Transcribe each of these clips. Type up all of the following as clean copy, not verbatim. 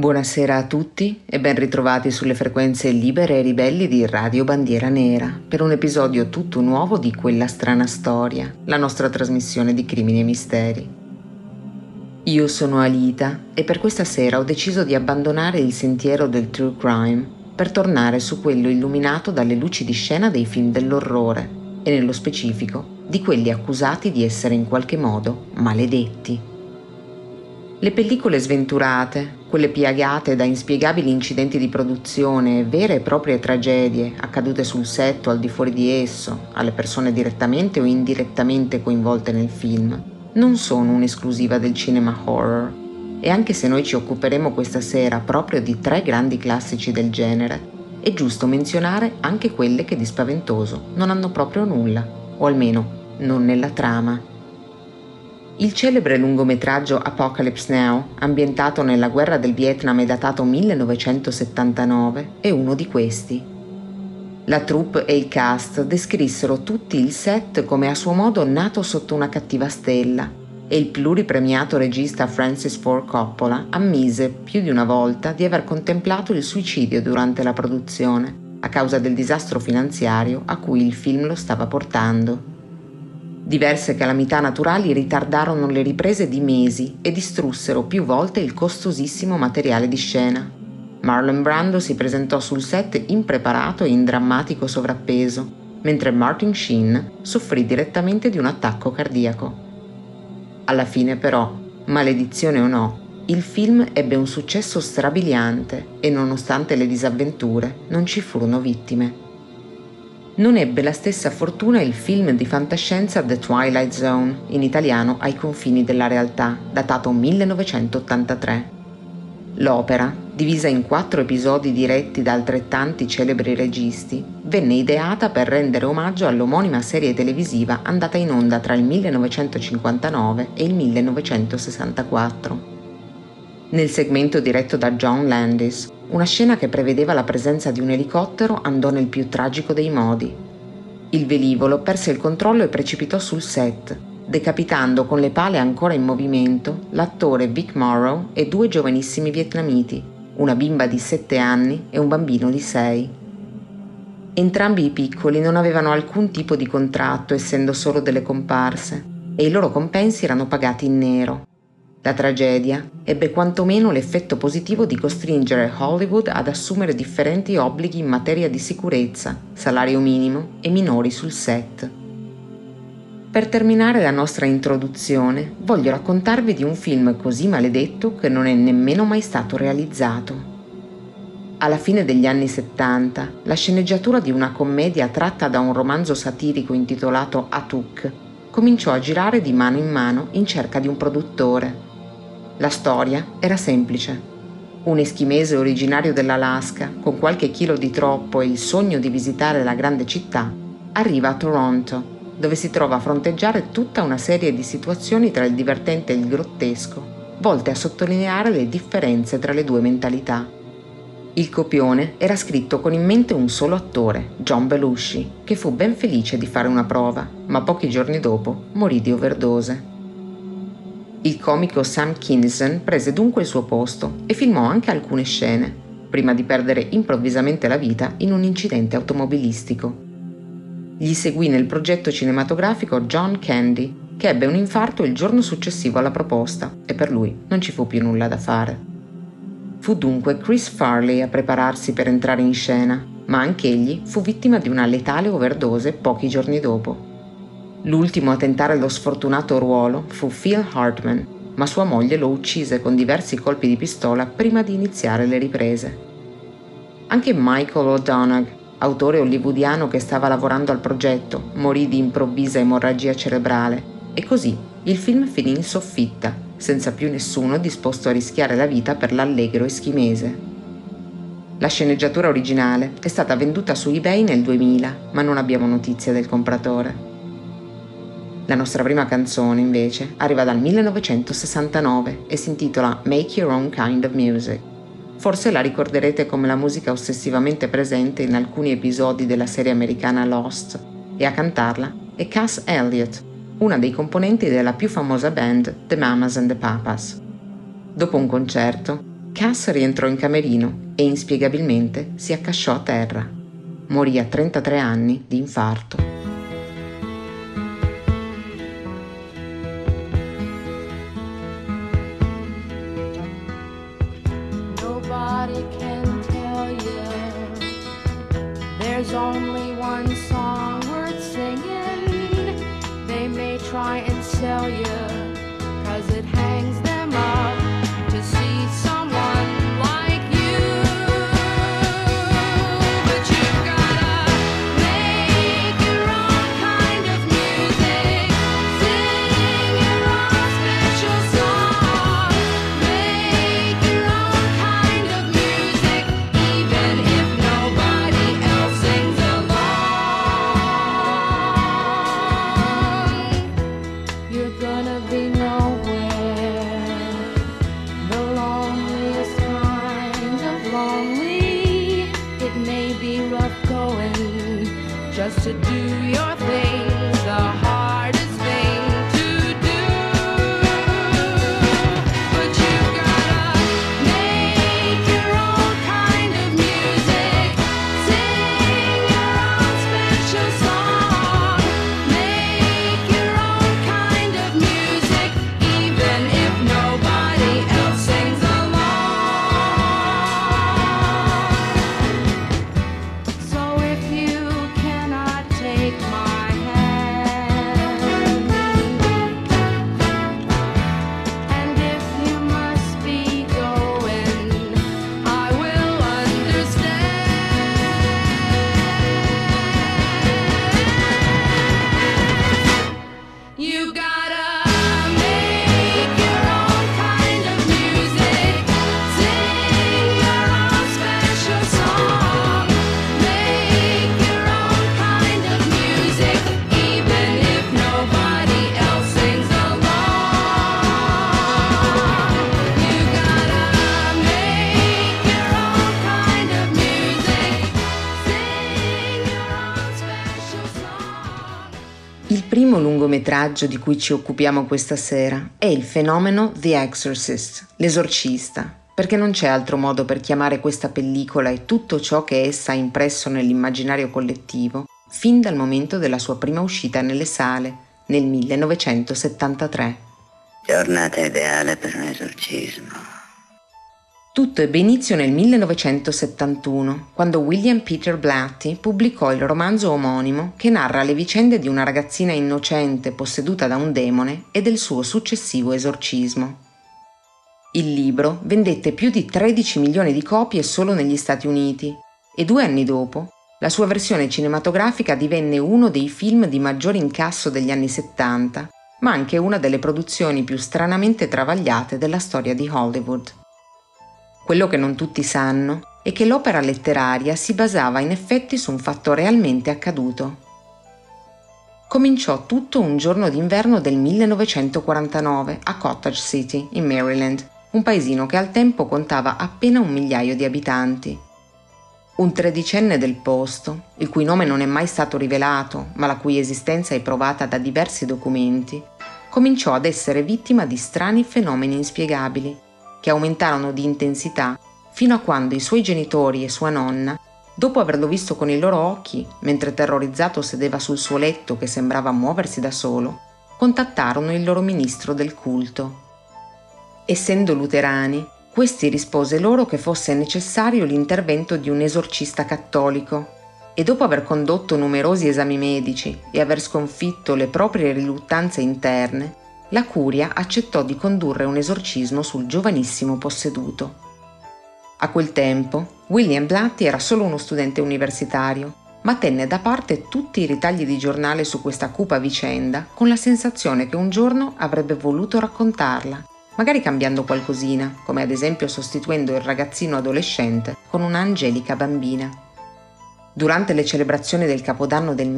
Buonasera a tutti e ben ritrovati sulle frequenze libere e ribelli di Radio Bandiera Nera per un episodio tutto nuovo di Quella strana storia, la nostra trasmissione di crimini e misteri. Io sono Alita e per questa sera ho deciso di abbandonare il sentiero del true crime per tornare su quello illuminato dalle luci di scena dei film dell'orrore e nello specifico di quelli accusati di essere in qualche modo maledetti. Le pellicole sventurate, quelle piagate da inspiegabili incidenti di produzione e vere e proprie tragedie accadute sul set o al di fuori di esso, alle persone direttamente o indirettamente coinvolte nel film, non sono un'esclusiva del cinema horror. E anche se noi ci occuperemo questa sera proprio di 3 grandi classici del genere, è giusto menzionare anche quelle che di spaventoso non hanno proprio nulla, o almeno non nella trama. Il celebre lungometraggio Apocalypse Now, ambientato nella guerra del Vietnam e datato 1979, è uno di questi. La troupe e il cast descrissero tutti il set come a suo modo nato sotto una cattiva stella e il pluripremiato regista Francis Ford Coppola ammise più di una volta di aver contemplato il suicidio durante la produzione a causa del disastro finanziario a cui il film lo stava portando. Diverse calamità naturali ritardarono le riprese di mesi e distrussero più volte il costosissimo materiale di scena. Marlon Brando si presentò sul set impreparato e in drammatico sovrappeso, mentre Martin Sheen soffrì direttamente di un attacco cardiaco. Alla fine però, maledizione o no, il film ebbe un successo strabiliante e nonostante le disavventure non ci furono vittime. Non ebbe la stessa fortuna il film di fantascienza The Twilight Zone, in italiano Ai confini della realtà, datato 1983. L'opera, divisa in 4 episodi diretti da altrettanti celebri registi, venne ideata per rendere omaggio all'omonima serie televisiva andata in onda tra il 1959 e il 1964. Nel segmento diretto da John Landis, una scena che prevedeva la presenza di un elicottero andò nel più tragico dei modi. Il velivolo perse il controllo e precipitò sul set, decapitando con le pale ancora in movimento l'attore Vic Morrow e 2 giovanissimi vietnamiti, una bimba di 7 anni e un bambino di 6. Entrambi i piccoli non avevano alcun tipo di contratto, essendo solo delle comparse, e i loro compensi erano pagati in nero. La tragedia ebbe quantomeno l'effetto positivo di costringere Hollywood ad assumere differenti obblighi in materia di sicurezza, salario minimo e minori sul set. Per terminare la nostra introduzione, voglio raccontarvi di un film così maledetto che non è nemmeno mai stato realizzato. Alla fine degli anni 70, la sceneggiatura di una commedia tratta da un romanzo satirico intitolato Atuk cominciò a girare di mano in mano in cerca di un produttore. La storia era semplice. Un eschimese originario dell'Alaska, con qualche chilo di troppo e il sogno di visitare la grande città, arriva a Toronto, dove si trova a fronteggiare tutta una serie di situazioni tra il divertente e il grottesco, volte a sottolineare le differenze tra le 2 mentalità. Il copione era scritto con in mente un solo attore, John Belushi, che fu ben felice di fare una prova, ma pochi giorni dopo morì di overdose. Il comico Sam Kinison prese dunque il suo posto e filmò anche alcune scene, prima di perdere improvvisamente la vita in un incidente automobilistico. Gli seguì nel progetto cinematografico John Candy, che ebbe un infarto il giorno successivo alla proposta e per lui non ci fu più nulla da fare. Fu dunque Chris Farley a prepararsi per entrare in scena, ma anch'egli fu vittima di una letale overdose pochi giorni dopo. L'ultimo a tentare lo sfortunato ruolo fu Phil Hartman, ma sua moglie lo uccise con diversi colpi di pistola prima di iniziare le riprese. Anche Michael O'Donoghue, autore hollywoodiano che stava lavorando al progetto, morì di improvvisa emorragia cerebrale e così il film finì in soffitta, senza più nessuno disposto a rischiare la vita per l'allegro eschimese. La sceneggiatura originale è stata venduta su eBay nel 2000, ma non abbiamo notizia del compratore. La nostra prima canzone, invece, arriva dal 1969 e si intitola Make Your Own Kind of Music. Forse la ricorderete come la musica ossessivamente presente in alcuni episodi della serie americana Lost, e a cantarla è Cass Elliot, una dei componenti della più famosa band The Mamas and the Papas. Dopo un concerto, Cass rientrò in camerino e inspiegabilmente si accasciò a terra. Morì a 33 anni di infarto. Nobody can tell you there's only one song worth singing. They may try and sell you 'cause it hangs them up to see someone like you. But you've gotta make your own kind of music, sing your own special song, make your own kind of music, even if nobody else sings along. You're gonna be nowhere, the loneliest kind of lonely. It may be rough going just to do your thing, the hardest thing to do. But you've gotta make your own kind of music, sing your own special song, make your own kind of music, even if nobody else sings along. So if you cannot take my hand, and if you must be going, I will understand. You gotta make your own kind of music, sing your own special song, make your own kind of music, even if nobody else sings along. You gotta make your own kind of music, sing your own special song. Il primo lungometraggio di cui ci occupiamo questa sera è il fenomeno The Exorcist, l'esorcista, perché non c'è altro modo per chiamare questa pellicola e tutto ciò che essa ha impresso nell'immaginario collettivo fin dal momento della sua prima uscita nelle sale, nel 1973. Giornata ideale per un esorcismo. Tutto ebbe inizio nel 1971, quando William Peter Blatty pubblicò il romanzo omonimo che narra le vicende di una ragazzina innocente posseduta da un demone e del suo successivo esorcismo. Il libro vendette più di 13 milioni di copie solo negli Stati Uniti e 2 anni dopo la sua versione cinematografica divenne uno dei film di maggior incasso degli anni 70, ma anche una delle produzioni più stranamente travagliate della storia di Hollywood. Quello che non tutti sanno è che l'opera letteraria si basava in effetti su un fatto realmente accaduto. Cominciò tutto un giorno d'inverno del 1949 a Cottage City, in Maryland, un paesino che al tempo contava appena 1 migliaio di abitanti. Un tredicenne del posto, il cui nome non è mai stato rivelato, ma la cui esistenza è provata da diversi documenti, cominciò ad essere vittima di strani fenomeni inspiegabili, che aumentarono di intensità fino a quando i suoi genitori e sua nonna, dopo averlo visto con i loro occhi, mentre terrorizzato sedeva sul suo letto che sembrava muoversi da solo, contattarono il loro ministro del culto. Essendo luterani, questi rispose loro che fosse necessario l'intervento di un esorcista cattolico e dopo aver condotto numerosi esami medici e aver sconfitto le proprie riluttanze interne, la curia accettò di condurre un esorcismo sul giovanissimo posseduto. A quel tempo, William Blatty era solo uno studente universitario, ma tenne da parte tutti i ritagli di giornale su questa cupa vicenda con la sensazione che un giorno avrebbe voluto raccontarla, magari cambiando qualcosina, come ad esempio sostituendo il ragazzino adolescente con una angelica bambina. Durante le celebrazioni del Capodanno del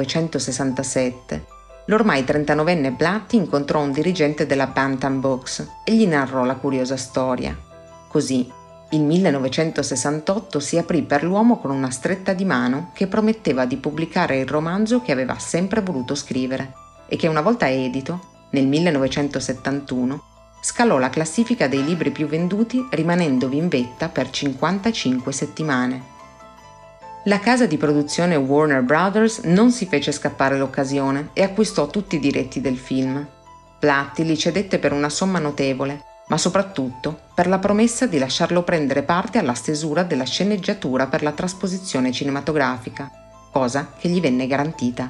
1967, l'ormai 39enne Blatty incontrò un dirigente della Bantam Books e gli narrò la curiosa storia. Così, il 1968 si aprì per l'uomo con una stretta di mano che prometteva di pubblicare il romanzo che aveva sempre voluto scrivere e che una volta edito, nel 1971, scalò la classifica dei libri più venduti rimanendovi in vetta per 55 settimane. La casa di produzione Warner Brothers non si fece scappare l'occasione e acquistò tutti i diritti del film. Blatty li cedette per una somma notevole, ma soprattutto per la promessa di lasciarlo prendere parte alla stesura della sceneggiatura per la trasposizione cinematografica, cosa che gli venne garantita.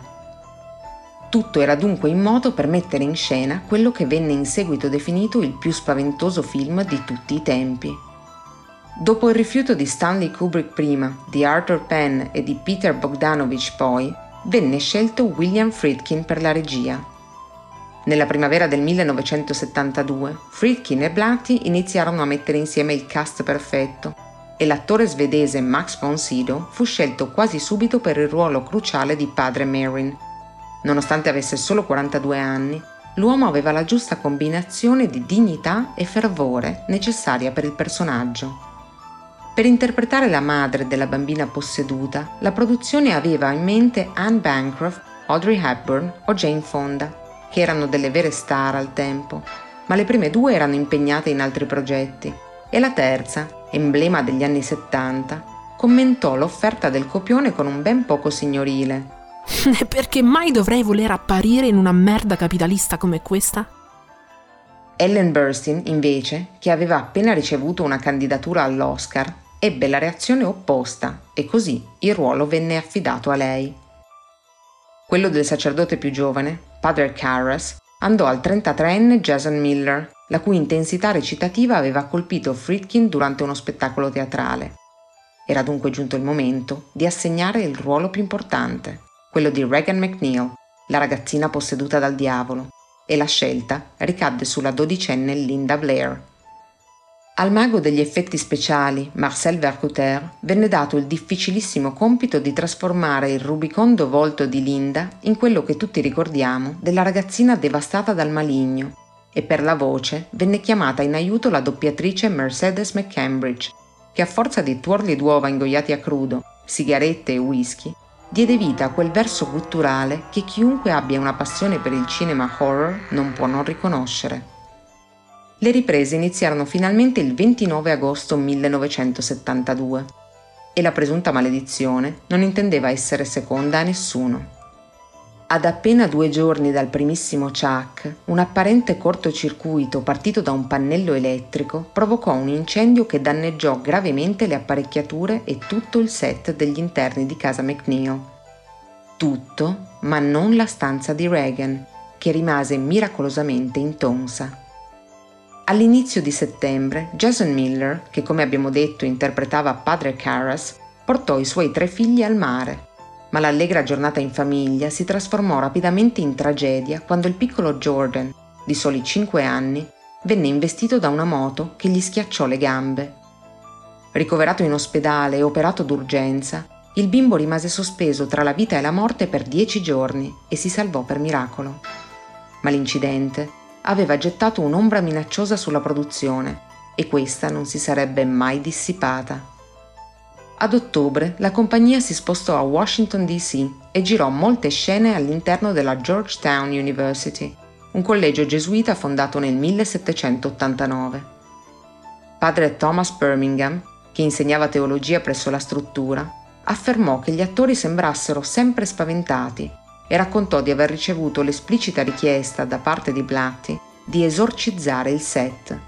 Tutto era dunque in moto per mettere in scena quello che venne in seguito definito il più spaventoso film di tutti i tempi. Dopo il rifiuto di Stanley Kubrick prima, di Arthur Penn e di Peter Bogdanovich poi, venne scelto William Friedkin per la regia. Nella primavera del 1972, Friedkin e Blatty iniziarono a mettere insieme il cast perfetto e l'attore svedese Max von Sydow fu scelto quasi subito per il ruolo cruciale di padre Merrin. Nonostante avesse solo 42 anni, l'uomo aveva la giusta combinazione di dignità e fervore necessaria per il personaggio. Per interpretare la madre della bambina posseduta, la produzione aveva in mente Anne Bancroft, Audrey Hepburn o Jane Fonda, che erano delle vere star al tempo, ma le prime due erano impegnate in altri progetti e la terza, emblema degli anni 70, commentò l'offerta del copione con un ben poco signorile. Perché mai dovrei voler apparire in una merda capitalista come questa? Ellen Burstyn, invece, che aveva appena ricevuto una candidatura all'Oscar, ebbe la reazione opposta e così il ruolo venne affidato a lei. Quello del sacerdote più giovane, padre Karras, andò al 33enne Jason Miller, la cui intensità recitativa aveva colpito Friedkin durante uno spettacolo teatrale. Era dunque giunto il momento di assegnare il ruolo più importante, quello di Regan McNeil, la ragazzina posseduta dal diavolo, e la scelta ricadde sulla 12enne Linda Blair. Al mago degli effetti speciali, Marcel Vercouter, venne dato il difficilissimo compito di trasformare il rubicondo volto di Linda in quello che tutti ricordiamo della ragazzina devastata dal maligno, e per la voce venne chiamata in aiuto la doppiatrice Mercedes McCambridge, che a forza di tuorli d'uova ingoiati a crudo, sigarette e whisky, diede vita a quel verso gutturale che chiunque abbia una passione per il cinema horror non può non riconoscere. Le riprese iniziarono finalmente il 29 agosto 1972 e la presunta maledizione non intendeva essere seconda a nessuno. Ad appena 2 giorni dal primissimo Chuck, un apparente cortocircuito partito da un pannello elettrico provocò un incendio che danneggiò gravemente le apparecchiature e tutto il set degli interni di casa McNeil. Tutto, ma non la stanza di Regan, che rimase miracolosamente intonsa. All'inizio di settembre, Jason Miller, che come abbiamo detto interpretava padre Karras, portò i suoi 3 figli al mare, ma l'allegra giornata in famiglia si trasformò rapidamente in tragedia quando il piccolo Jordan, di soli 5 anni, venne investito da una moto che gli schiacciò le gambe. Ricoverato in ospedale e operato d'urgenza, il bimbo rimase sospeso tra la vita e la morte per 10 giorni e si salvò per miracolo. Ma l'incidente aveva gettato un'ombra minacciosa sulla produzione e questa non si sarebbe mai dissipata. Ad ottobre la compagnia si spostò a Washington D.C. e girò molte scene all'interno della Georgetown University, un collegio gesuita fondato nel 1789. Padre Thomas Birmingham, che insegnava teologia presso la struttura, affermò che gli attori sembrassero sempre spaventati e raccontò di aver ricevuto l'esplicita richiesta da parte di Blatty di esorcizzare il set.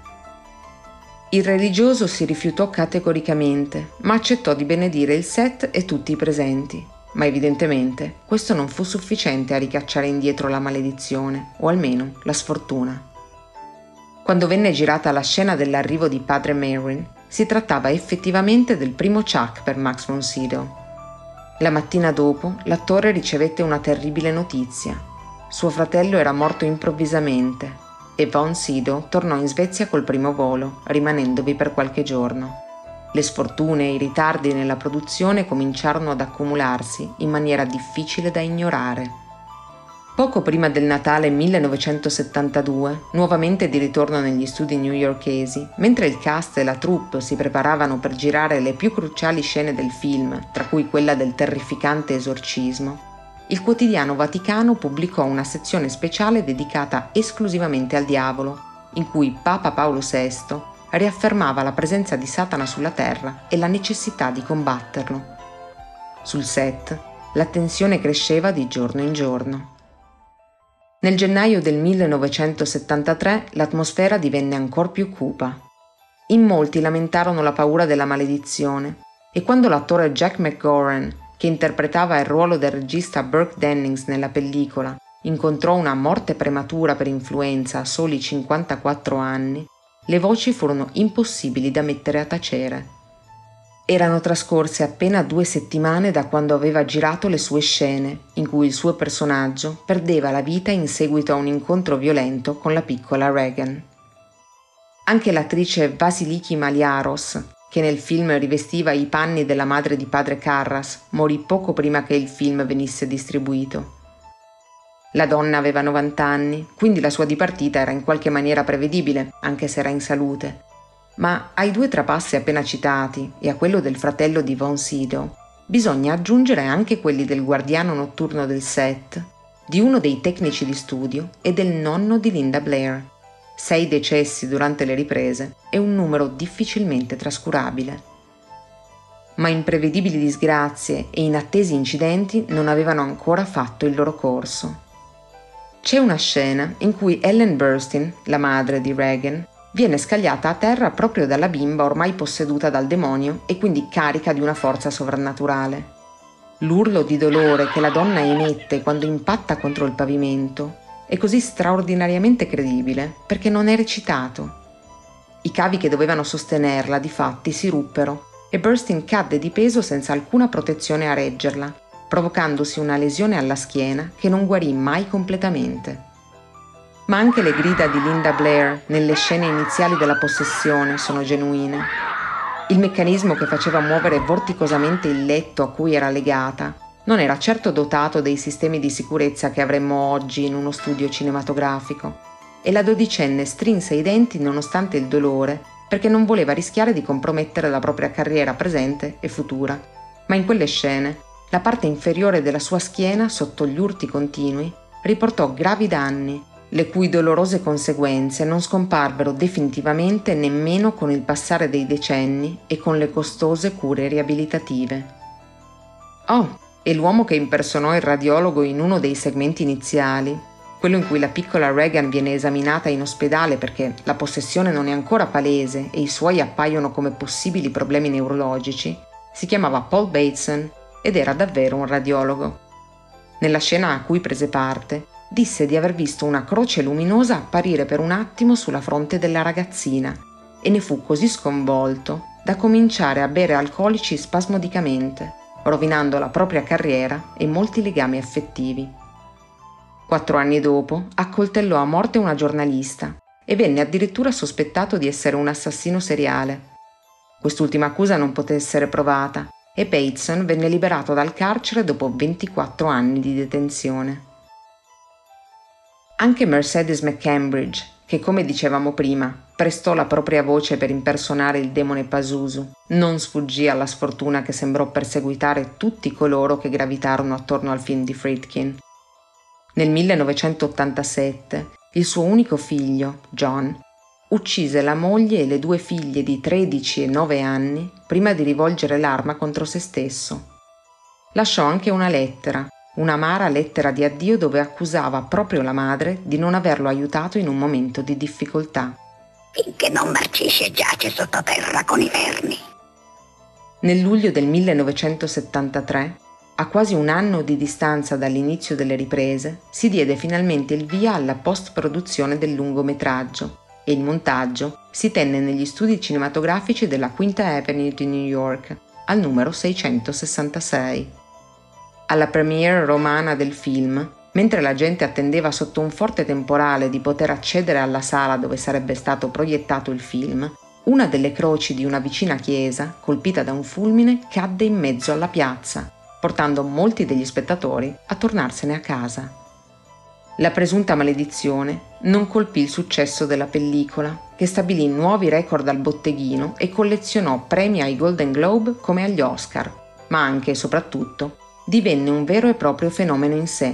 Il religioso si rifiutò categoricamente, ma accettò di benedire il set e tutti i presenti, ma evidentemente questo non fu sufficiente a ricacciare indietro la maledizione, o almeno la sfortuna. Quando venne girata la scena dell'arrivo di padre Merrin, si trattava effettivamente del primo Chuck per Max von Sydow. La mattina dopo, l'attore ricevette una terribile notizia. Suo fratello era morto improvvisamente e von Sydow tornò in Svezia col primo volo, rimanendovi per qualche giorno. Le sfortune e i ritardi nella produzione cominciarono ad accumularsi in maniera difficile da ignorare. Poco prima del Natale 1972, nuovamente di ritorno negli studi newyorkesi, mentre il cast e la troupe si preparavano per girare le più cruciali scene del film, tra cui quella del terrificante esorcismo, il quotidiano Vaticano pubblicò una sezione speciale dedicata esclusivamente al diavolo, in cui Papa Paolo VI riaffermava la presenza di Satana sulla terra e la necessità di combatterlo. Sul set, la tensione cresceva di giorno in giorno. Nel gennaio del 1973 l'atmosfera divenne ancor più cupa. In molti lamentarono la paura della maledizione e quando l'attore Jack McGowan, che interpretava il ruolo del regista Burke Dennings nella pellicola, incontrò una morte prematura per influenza a soli 54 anni, le voci furono impossibili da mettere a tacere. Erano trascorse appena 2 settimane da quando aveva girato le sue scene, in cui il suo personaggio perdeva la vita in seguito a un incontro violento con la piccola Regan. Anche l'attrice Vasiliki Maliaros, che nel film rivestiva i panni della madre di padre Karras, morì poco prima che il film venisse distribuito. La donna aveva 90 anni, quindi la sua dipartita era in qualche maniera prevedibile, anche se era in salute. Ma ai 2 trapassi appena citati e a quello del fratello di Von Sydow bisogna aggiungere anche quelli del guardiano notturno del set, di uno dei tecnici di studio e del nonno di Linda Blair. 6 decessi durante le riprese è un numero difficilmente trascurabile. Ma imprevedibili disgrazie e inattesi incidenti non avevano ancora fatto il loro corso. C'è una scena in cui Ellen Burstyn, la madre di Regan, viene scagliata a terra proprio dalla bimba ormai posseduta dal demonio e quindi carica di una forza sovrannaturale. L'urlo di dolore che la donna emette quando impatta contro il pavimento è così straordinariamente credibile perché non è recitato. I cavi che dovevano sostenerla, difatti, si ruppero e Burstyn cadde di peso senza alcuna protezione a reggerla, provocandosi una lesione alla schiena che non guarì mai completamente. Ma anche le grida di Linda Blair nelle scene iniziali della possessione sono genuine. Il meccanismo che faceva muovere vorticosamente il letto a cui era legata non era certo dotato dei sistemi di sicurezza che avremmo oggi in uno studio cinematografico, e la dodicenne strinse i denti nonostante il dolore perché non voleva rischiare di compromettere la propria carriera presente e futura. Ma in quelle scene, la parte inferiore della sua schiena, sotto gli urti continui, riportò gravi danni, le cui dolorose conseguenze non scomparvero definitivamente nemmeno con il passare dei decenni e con le costose cure riabilitative. Oh, e l'uomo che impersonò il radiologo in uno dei segmenti iniziali, quello in cui la piccola Regan viene esaminata in ospedale perché la possessione non è ancora palese e i suoi appaiono come possibili problemi neurologici, si chiamava Paul Bateson ed era davvero un radiologo. Nella scena a cui prese parte, disse di aver visto una croce luminosa apparire per un attimo sulla fronte della ragazzina e ne fu così sconvolto da cominciare a bere alcolici spasmodicamente, rovinando la propria carriera e molti legami affettivi. 4 anni dopo accoltellò a morte una giornalista e venne addirittura sospettato di essere un assassino seriale. Quest'ultima accusa non poté essere provata e Bateson venne liberato dal carcere dopo 24 anni di detenzione. Anche Mercedes McCambridge, che come dicevamo prima, prestò la propria voce per impersonare il demone Pazuzu, non sfuggì alla sfortuna che sembrò perseguitare tutti coloro che gravitarono attorno al film di Friedkin. Nel 1987, il suo unico figlio, John, uccise la moglie e le 2 figlie di 13 e 9 anni prima di rivolgere l'arma contro se stesso. Lasciò anche una lettera, un'amara lettera di addio dove accusava proprio la madre di non averlo aiutato in un momento di difficoltà. Finché non marcisce e giace sottoterra con i vermi. Nel luglio del 1973, a quasi un anno di distanza dall'inizio delle riprese, si diede finalmente il via alla post-produzione del lungometraggio e il montaggio si tenne negli studi cinematografici della Quinta Avenue di New York, al numero 666. Alla premiere romana del film, mentre la gente attendeva sotto un forte temporale di poter accedere alla sala dove sarebbe stato proiettato il film, una delle croci di una vicina chiesa, colpita da un fulmine, cadde in mezzo alla piazza, portando molti degli spettatori a tornarsene a casa. La presunta maledizione non colpì il successo della pellicola, che stabilì nuovi record al botteghino e collezionò premi ai Golden Globe come agli Oscar, ma anche e soprattutto divenne un vero e proprio fenomeno in sé,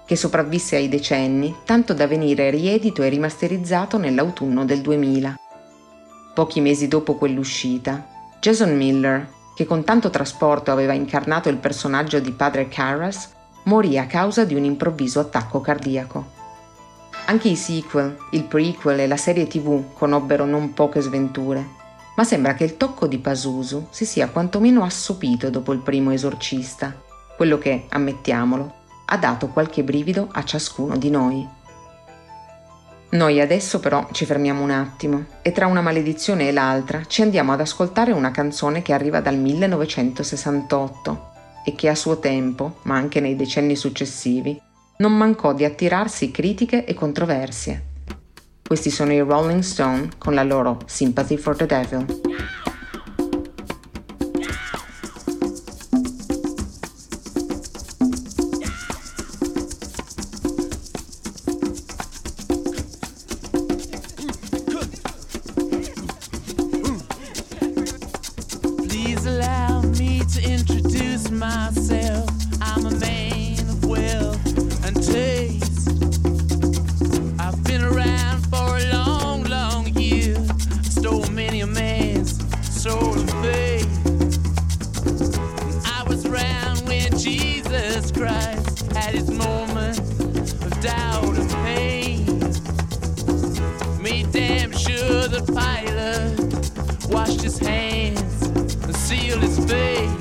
che sopravvisse ai decenni, tanto da venire riedito e rimasterizzato nell'autunno del 2000. Pochi mesi dopo quell'uscita, Jason Miller, che con tanto trasporto aveva incarnato il personaggio di padre Karras, morì a causa di un improvviso attacco cardiaco. Anche i sequel, il prequel e la serie TV conobbero non poche sventure, ma sembra che il tocco di Pazuzu si sia quantomeno assopito dopo il primo Esorcista, quello che, ammettiamolo, ha dato qualche brivido a ciascuno di noi. Noi adesso però ci fermiamo un attimo e tra una maledizione e l'altra ci andiamo ad ascoltare una canzone che arriva dal 1968 e che a suo tempo, ma anche nei decenni successivi, non mancò di attirarsi critiche e controversie. Questi sono i Rolling Stone con la loro Sympathy for the Devil. Please allow me to introduce myself. I'm a man of wealth and taste. I've been around for a long, long year. Stole many a man's soul of faith. I was around when Jesus Christ had his moment of doubt and pain. Made damn sure the Pilate washed his hands and sealed his face.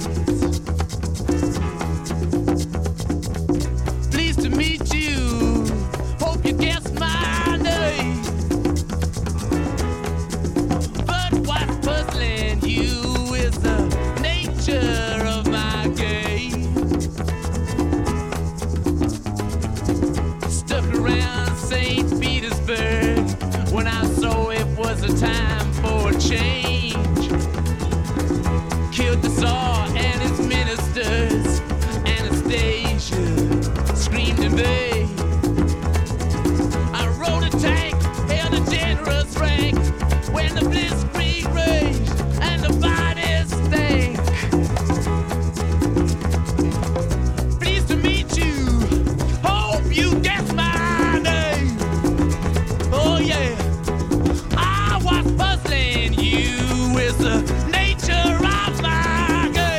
Pleased to meet you, hope you guessed my name. But what's puzzling you is the nature of my game. Stuck around St. Petersburg when I saw it was a time for a change. Killed the Tsar and his ministers. Anastasia screamed in vain. I rode a tank, held a generous rank when the blitzkrieg raged and the bodies stank. Pleased to meet you, hope you guessed my name. Oh yeah, I was puzzling you with the nature of my game.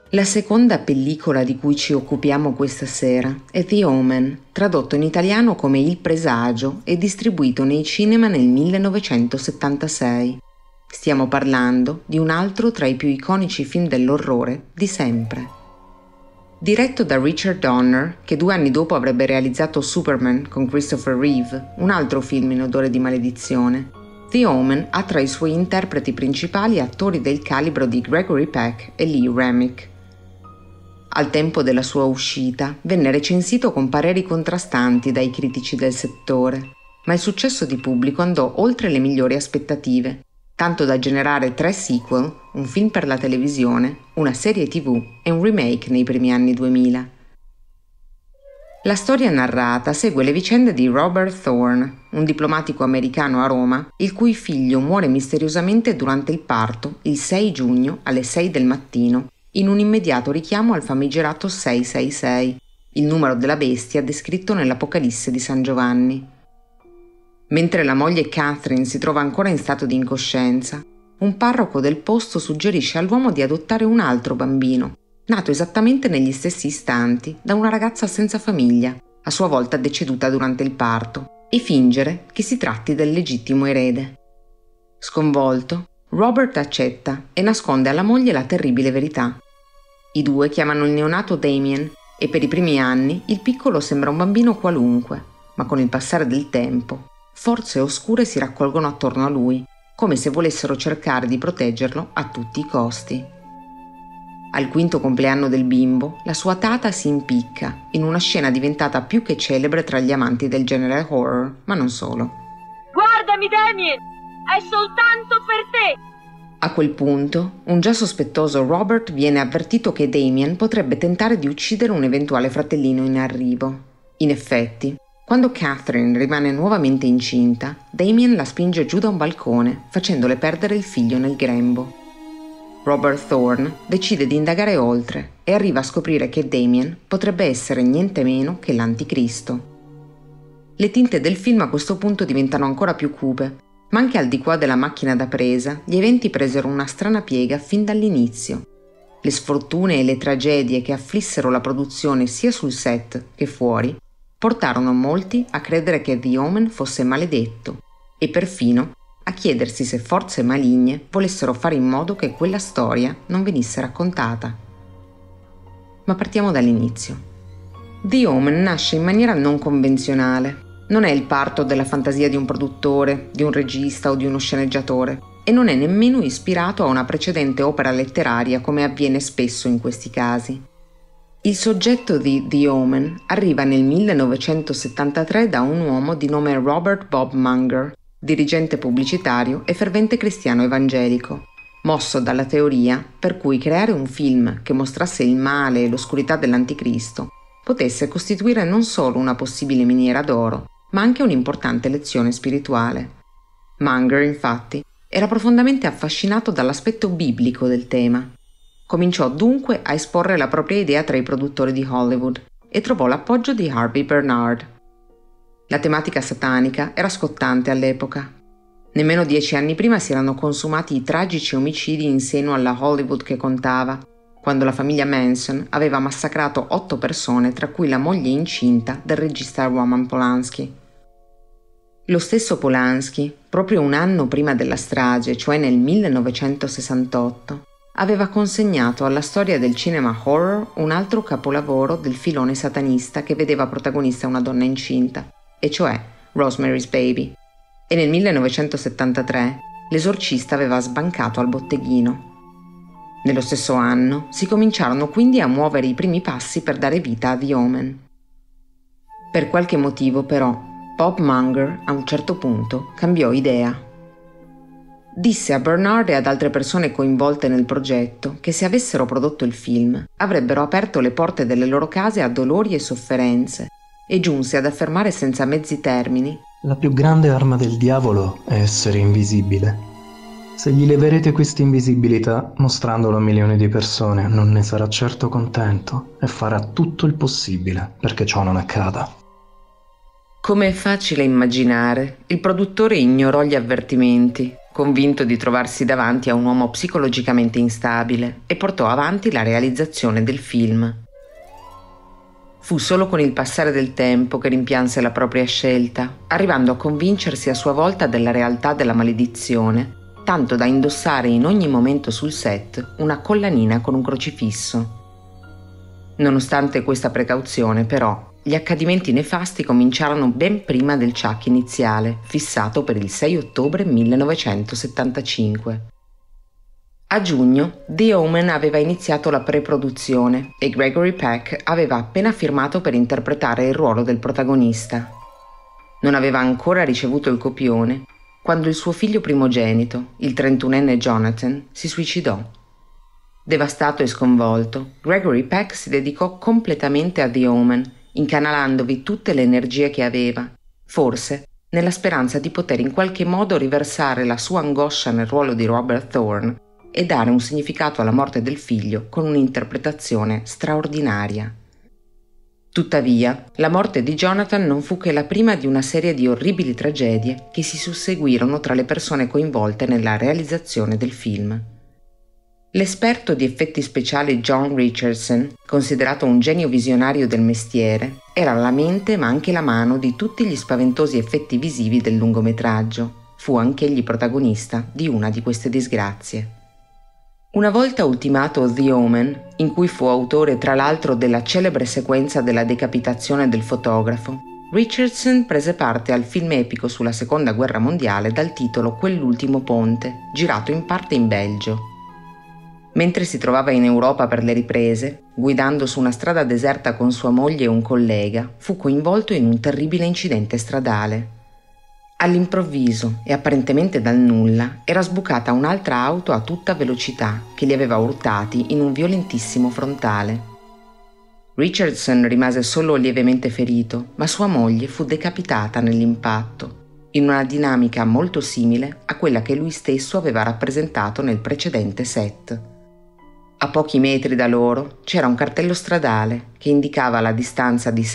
La seconda pellicola di cui ci occupiamo questa sera è The Omen, tradotto in italiano come Il Presagio e distribuito nei cinema nel 1976. Stiamo parlando di un altro tra i più iconici film dell'orrore di sempre. Diretto da Richard Donner, che 2 anni dopo avrebbe realizzato Superman con Christopher Reeve, un altro film in odore di maledizione, The Omen ha tra i suoi interpreti principali attori del calibro di Gregory Peck e Lee Remick. Al tempo della sua uscita venne recensito con pareri contrastanti dai critici del settore, ma il successo di pubblico andò oltre le migliori aspettative, tanto da generare 3 sequel, un film per la televisione, una serie TV e un remake nei primi anni 2000. La storia narrata segue le vicende di Robert Thorne, un diplomatico americano a Roma, il cui figlio muore misteriosamente durante il parto il 6 giugno alle 6 del mattino, in un immediato richiamo al famigerato 666, il numero della bestia descritto nell'Apocalisse di San Giovanni. Mentre la moglie Catherine si trova ancora in stato di incoscienza, un parroco del posto suggerisce all'uomo di adottare un altro bambino, nato esattamente negli stessi istanti da una ragazza senza famiglia, a sua volta deceduta durante il parto, e fingere che si tratti del legittimo erede. Sconvolto, Robert accetta e nasconde alla moglie la terribile verità. I due chiamano il neonato Damien e per i primi anni il piccolo sembra un bambino qualunque, ma con il passare del tempo, forze oscure si raccolgono attorno a lui, come se volessero cercare di proteggerlo a tutti i costi. Al 5° compleanno del bimbo, la sua tata si impicca in una scena diventata più che celebre tra gli amanti del genere horror, ma non solo. Guardami, Damien! È soltanto per te! A quel punto, un già sospettoso Robert viene avvertito che Damien potrebbe tentare di uccidere un eventuale fratellino in arrivo. In effetti, quando Catherine rimane nuovamente incinta, Damien la spinge giù da un balcone, facendole perdere il figlio nel grembo. Robert Thorne decide di indagare oltre e arriva a scoprire che Damien potrebbe essere niente meno che l'Anticristo. Le tinte del film a questo punto diventano ancora più cupe, ma anche al di qua della macchina da presa gli eventi presero una strana piega fin dall'inizio. Le sfortune e le tragedie che afflissero la produzione sia sul set che fuori portarono molti a credere che The Omen fosse maledetto e perfino a chiedersi se forze maligne volessero fare in modo che quella storia non venisse raccontata. Ma partiamo dall'inizio. The Omen nasce in maniera non convenzionale. Non è il parto della fantasia di un produttore, di un regista o di uno sceneggiatore e non è nemmeno ispirato a una precedente opera letteraria come avviene spesso in questi casi. Il soggetto di The Omen arriva nel 1973 da un uomo di nome Robert Bob Munger, dirigente pubblicitario e fervente cristiano evangelico, mosso dalla teoria per cui creare un film che mostrasse il male e l'oscurità dell'Anticristo potesse costituire non solo una possibile miniera d'oro, ma anche un'importante lezione spirituale. Munger, infatti, era profondamente affascinato dall'aspetto biblico del tema. Cominciò dunque a esporre la propria idea tra i produttori di Hollywood e trovò l'appoggio di Harvey Bernard. La tematica satanica era scottante all'epoca. Nemmeno 10 anni prima si erano consumati i tragici omicidi in seno alla Hollywood che contava, quando la famiglia Manson aveva massacrato 8 persone, tra cui la moglie incinta del regista Roman Polanski. Lo stesso Polanski, proprio un anno prima della strage, cioè nel 1968, aveva consegnato alla storia del cinema horror un altro capolavoro del filone satanista che vedeva protagonista una donna incinta, e cioè Rosemary's Baby. E nel 1973 l'esorcista aveva sbancato al botteghino. Nello stesso anno si cominciarono quindi a muovere i primi passi per dare vita a The Omen. Per qualche motivo però, Bob Munger a un certo punto cambiò idea. Disse a Bernard e ad altre persone coinvolte nel progetto che se avessero prodotto il film avrebbero aperto le porte delle loro case a dolori e sofferenze e giunse ad affermare senza mezzi termini: la più grande arma del diavolo è essere invisibile. Se gli leverete questa invisibilità, mostrandolo a milioni di persone, non ne sarà certo contento e farà tutto il possibile perché ciò non accada. Come è facile immaginare, il produttore ignorò gli avvertimenti, convinto di trovarsi davanti a un uomo psicologicamente instabile, e portò avanti la realizzazione del film. Fu solo con il passare del tempo che rimpianse la propria scelta, arrivando a convincersi a sua volta della realtà della maledizione, tanto da indossare in ogni momento sul set una collanina con un crocifisso. Nonostante questa precauzione, però, gli accadimenti nefasti cominciarono ben prima del ciak iniziale, fissato per il 6 ottobre 1975. A giugno, The Omen aveva iniziato la pre-produzione e Gregory Peck aveva appena firmato per interpretare il ruolo del protagonista. Non aveva ancora ricevuto il copione quando il suo figlio primogenito, il 31enne Jonathan, si suicidò. Devastato e sconvolto, Gregory Peck si dedicò completamente a The Omen, incanalandovi tutte le energie che aveva, forse nella speranza di poter in qualche modo riversare la sua angoscia nel ruolo di Robert Thorne e dare un significato alla morte del figlio con un'interpretazione straordinaria. Tuttavia, la morte di Jonathan non fu che la prima di una serie di orribili tragedie che si susseguirono tra le persone coinvolte nella realizzazione del film. L'esperto di effetti speciali John Richardson, considerato un genio visionario del mestiere, era la mente ma anche la mano di tutti gli spaventosi effetti visivi del lungometraggio. Fu anch'egli protagonista di una di queste disgrazie. Una volta ultimato The Omen, in cui fu autore tra l'altro della celebre sequenza della decapitazione del fotografo, Richardson prese parte al film epico sulla Seconda Guerra Mondiale dal titolo Quell'ultimo ponte, girato in parte in Belgio. Mentre si trovava in Europa per le riprese, guidando su una strada deserta con sua moglie e un collega, fu coinvolto in un terribile incidente stradale. All'improvviso e apparentemente dal nulla era sbucata un'altra auto a tutta velocità che li aveva urtati in un violentissimo frontale. Richardson rimase solo lievemente ferito, ma sua moglie fu decapitata nell'impatto, in una dinamica molto simile a quella che lui stesso aveva rappresentato nel precedente set. A pochi metri da loro c'era un cartello stradale che indicava la distanza di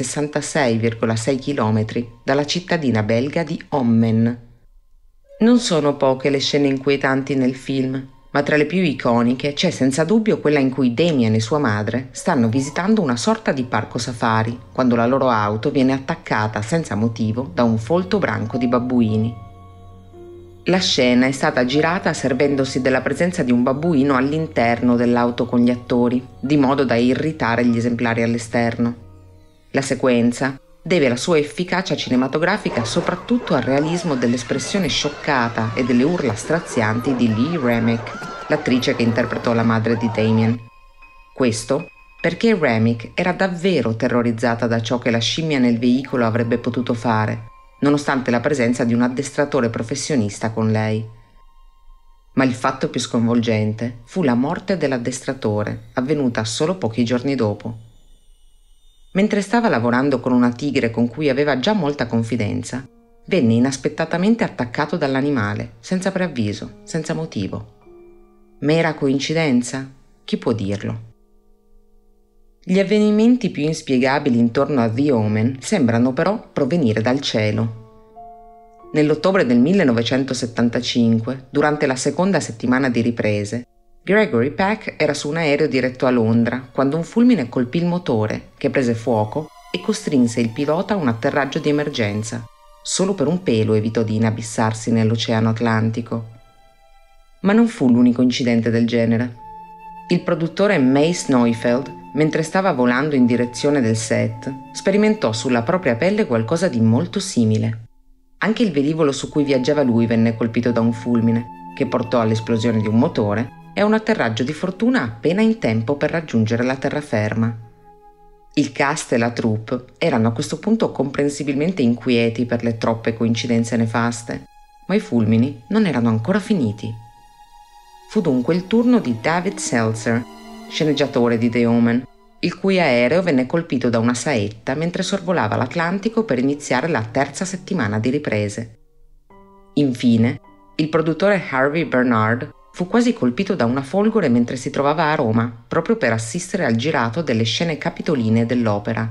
66,6 km dalla cittadina belga di Ommen. Non sono poche le scene inquietanti nel film, ma tra le più iconiche c'è senza dubbio quella in cui Damien e sua madre stanno visitando una sorta di parco safari, quando la loro auto viene attaccata senza motivo da un folto branco di babbuini. La scena è stata girata servendosi della presenza di un babbuino all'interno dell'auto con gli attori, di modo da irritare gli esemplari all'esterno. La sequenza deve la sua efficacia cinematografica soprattutto al realismo dell'espressione scioccata e delle urla strazianti di Lee Remick, l'attrice che interpretò la madre di Damien. Questo perché Remick era davvero terrorizzata da ciò che la scimmia nel veicolo avrebbe potuto fare, nonostante la presenza di un addestratore professionista con lei. Ma il fatto più sconvolgente fu la morte dell'addestratore, avvenuta solo pochi giorni dopo. Mentre stava lavorando con una tigre con cui aveva già molta confidenza, venne inaspettatamente attaccato dall'animale, senza preavviso, senza motivo. Mera coincidenza? Chi può dirlo? Gli avvenimenti più inspiegabili intorno a The Omen sembrano però provenire dal cielo. Nell'ottobre del 1975, durante la seconda settimana di riprese, Gregory Peck era su un aereo diretto a Londra quando un fulmine colpì il motore, che prese fuoco e costrinse il pilota a un atterraggio di emergenza. Solo per un pelo evitò di inabissarsi nell'Oceano Atlantico. Ma non fu l'unico incidente del genere. Il produttore Mace Neufeld, mentre stava volando in direzione del set, sperimentò sulla propria pelle qualcosa di molto simile. Anche il velivolo su cui viaggiava lui venne colpito da un fulmine, che portò all'esplosione di un motore e a un atterraggio di fortuna appena in tempo per raggiungere la terraferma. Il cast e la troupe erano a questo punto comprensibilmente inquieti per le troppe coincidenze nefaste, ma i fulmini non erano ancora finiti. Fu dunque il turno di David Seltzer, sceneggiatore di The Omen, il cui aereo venne colpito da una saetta mentre sorvolava l'Atlantico per iniziare la terza settimana di riprese. Infine, il produttore Harvey Bernard fu quasi colpito da una folgore mentre si trovava a Roma, proprio per assistere al girato delle scene capitoline dell'opera.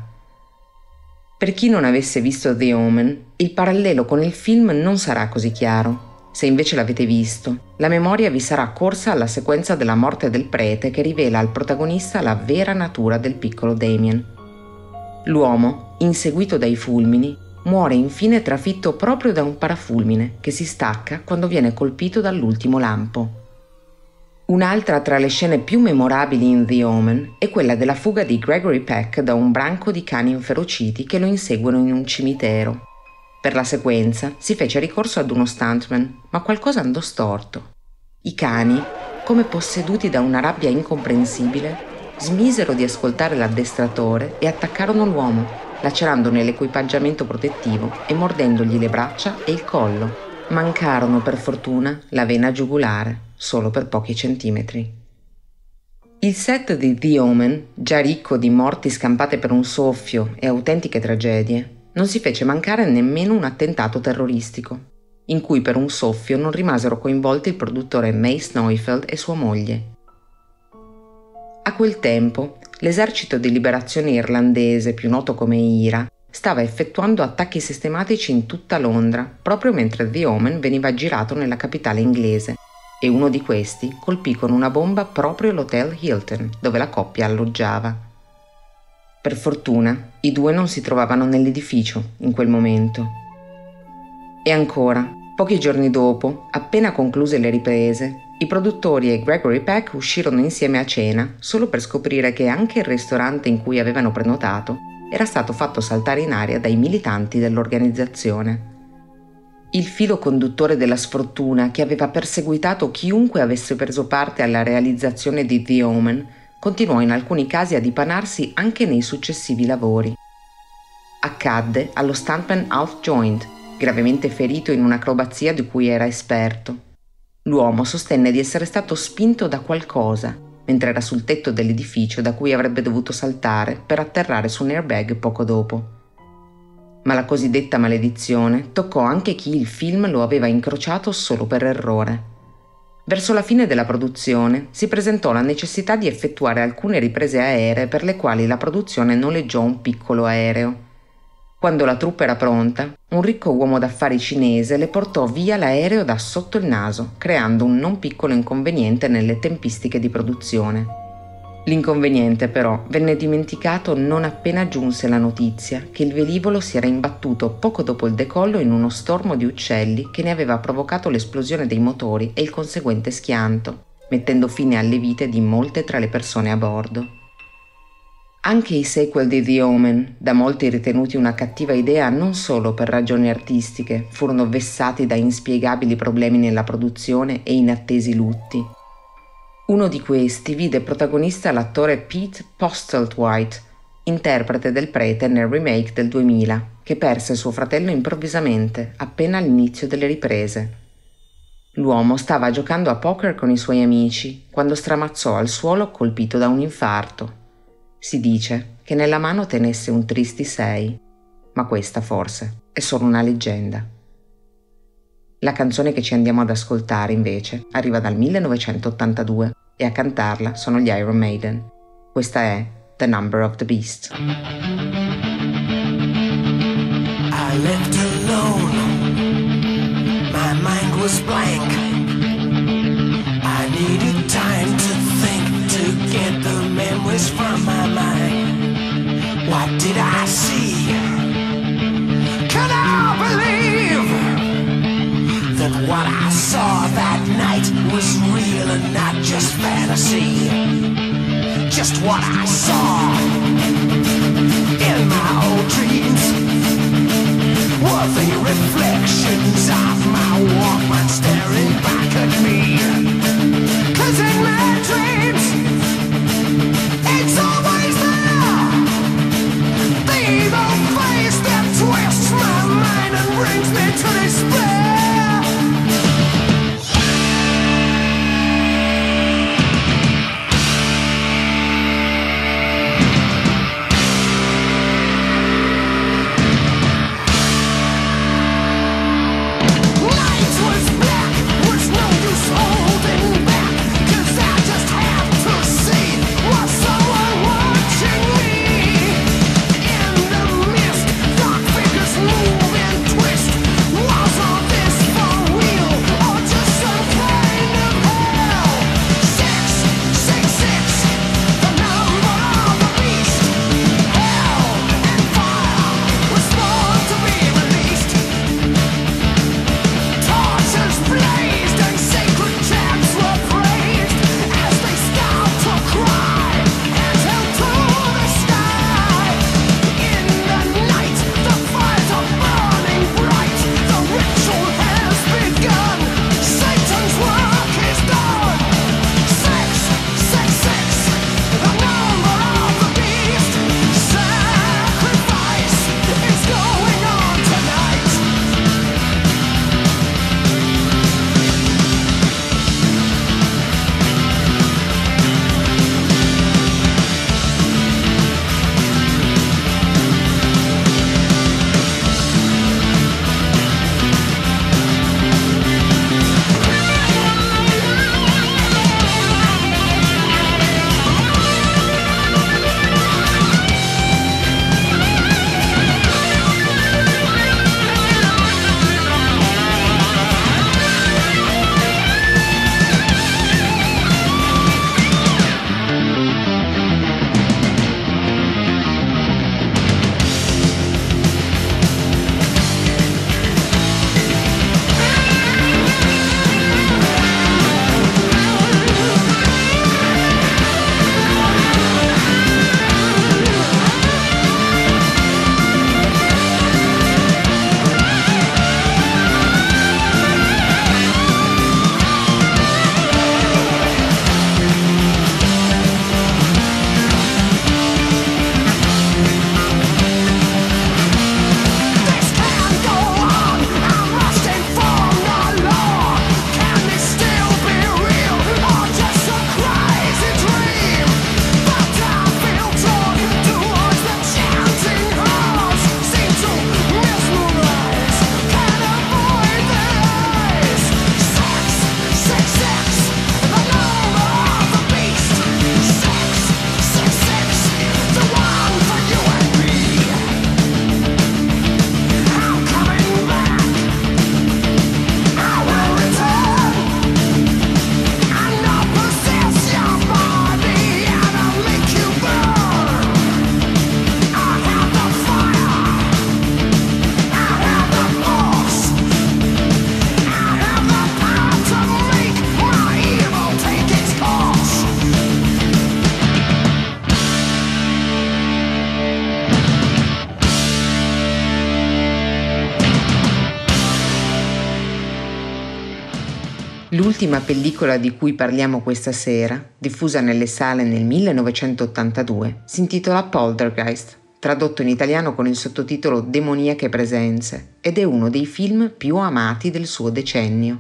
Per chi non avesse visto The Omen, il parallelo con il film non sarà così chiaro. Se invece l'avete visto, la memoria vi sarà corsa alla sequenza della morte del prete che rivela al protagonista la vera natura del piccolo Damien. L'uomo, inseguito dai fulmini, muore infine trafitto proprio da un parafulmine che si stacca quando viene colpito dall'ultimo lampo. Un'altra tra le scene più memorabili in The Omen è quella della fuga di Gregory Peck da un branco di cani inferociti che lo inseguono in un cimitero. Per la sequenza si fece ricorso ad uno stuntman, ma qualcosa andò storto. I cani, come posseduti da una rabbia incomprensibile, smisero di ascoltare l'addestratore e attaccarono l'uomo, lacerandone l'equipaggiamento protettivo e mordendogli le braccia e il collo. Mancarono per fortuna la vena giugulare, solo per pochi centimetri. Il set di The Omen, già ricco di morti scampate per un soffio e autentiche tragedie, non si fece mancare nemmeno un attentato terroristico, in cui per un soffio non rimasero coinvolti il produttore Mace Neufeld e sua moglie. A quel tempo, l'esercito di liberazione irlandese, più noto come IRA, stava effettuando attacchi sistematici in tutta Londra, proprio mentre The Omen veniva girato nella capitale inglese, e uno di questi colpì con una bomba proprio l'hotel Hilton, dove la coppia alloggiava. Per fortuna, i due non si trovavano nell'edificio in quel momento. E ancora, pochi giorni dopo, appena concluse le riprese, i produttori e Gregory Peck uscirono insieme a cena solo per scoprire che anche il ristorante in cui avevano prenotato era stato fatto saltare in aria dai militanti dell'organizzazione. Il filo conduttore della sfortuna che aveva perseguitato chiunque avesse preso parte alla realizzazione di The Omen continuò in alcuni casi a dipanarsi anche nei successivi lavori. Accadde allo stuntman Alf Joint, gravemente ferito in un'acrobazia di cui era esperto. L'uomo sostenne di essere stato spinto da qualcosa mentre era sul tetto dell'edificio da cui avrebbe dovuto saltare per atterrare su un airbag poco dopo. Ma la cosiddetta maledizione toccò anche chi il film lo aveva incrociato solo per errore. Verso la fine della produzione si presentò la necessità di effettuare alcune riprese aeree per le quali la produzione noleggiò un piccolo aereo. Quando la troupe era pronta, un ricco uomo d'affari cinese le portò via l'aereo da sotto il naso, creando un non piccolo inconveniente nelle tempistiche di produzione. L'inconveniente però venne dimenticato non appena giunse la notizia che il velivolo si era imbattuto poco dopo il decollo in uno stormo di uccelli che ne aveva provocato l'esplosione dei motori e il conseguente schianto, mettendo fine alle vite di molte tra le persone a bordo. Anche i sequel di The Omen, da molti ritenuti una cattiva idea non solo per ragioni artistiche, furono vessati da inspiegabili problemi nella produzione e inattesi lutti. Uno di questi vide protagonista l'attore Pete Postlethwaite, interprete del prete nel remake del 2000, che perse suo fratello improvvisamente appena all'inizio delle riprese. L'uomo stava giocando a poker con i suoi amici quando stramazzò al suolo colpito da un infarto. Si dice che nella mano tenesse un tristi 6, ma questa forse è solo una leggenda. La canzone che ci andiamo ad ascoltare invece arriva dal 1982 e a cantarla sono gli Iron Maiden. Questa è The Number of the Beast. I left alone, my mind was blank. I needed time to think, to get the memories from my mind. What did I see? Can I believe that what I saw that night was real and not just fantasy? Just what I saw in my old dreams were the reflections of my Walkman staring back at me. 'Cause in my dreams, it's always there, the evil face that twists my mind and brings me to despair. L'ultima pellicola di cui parliamo questa sera, diffusa nelle sale nel 1982, si intitola Poltergeist, tradotto in italiano con il sottotitolo Demoniache presenze, ed è uno dei film più amati del suo decennio.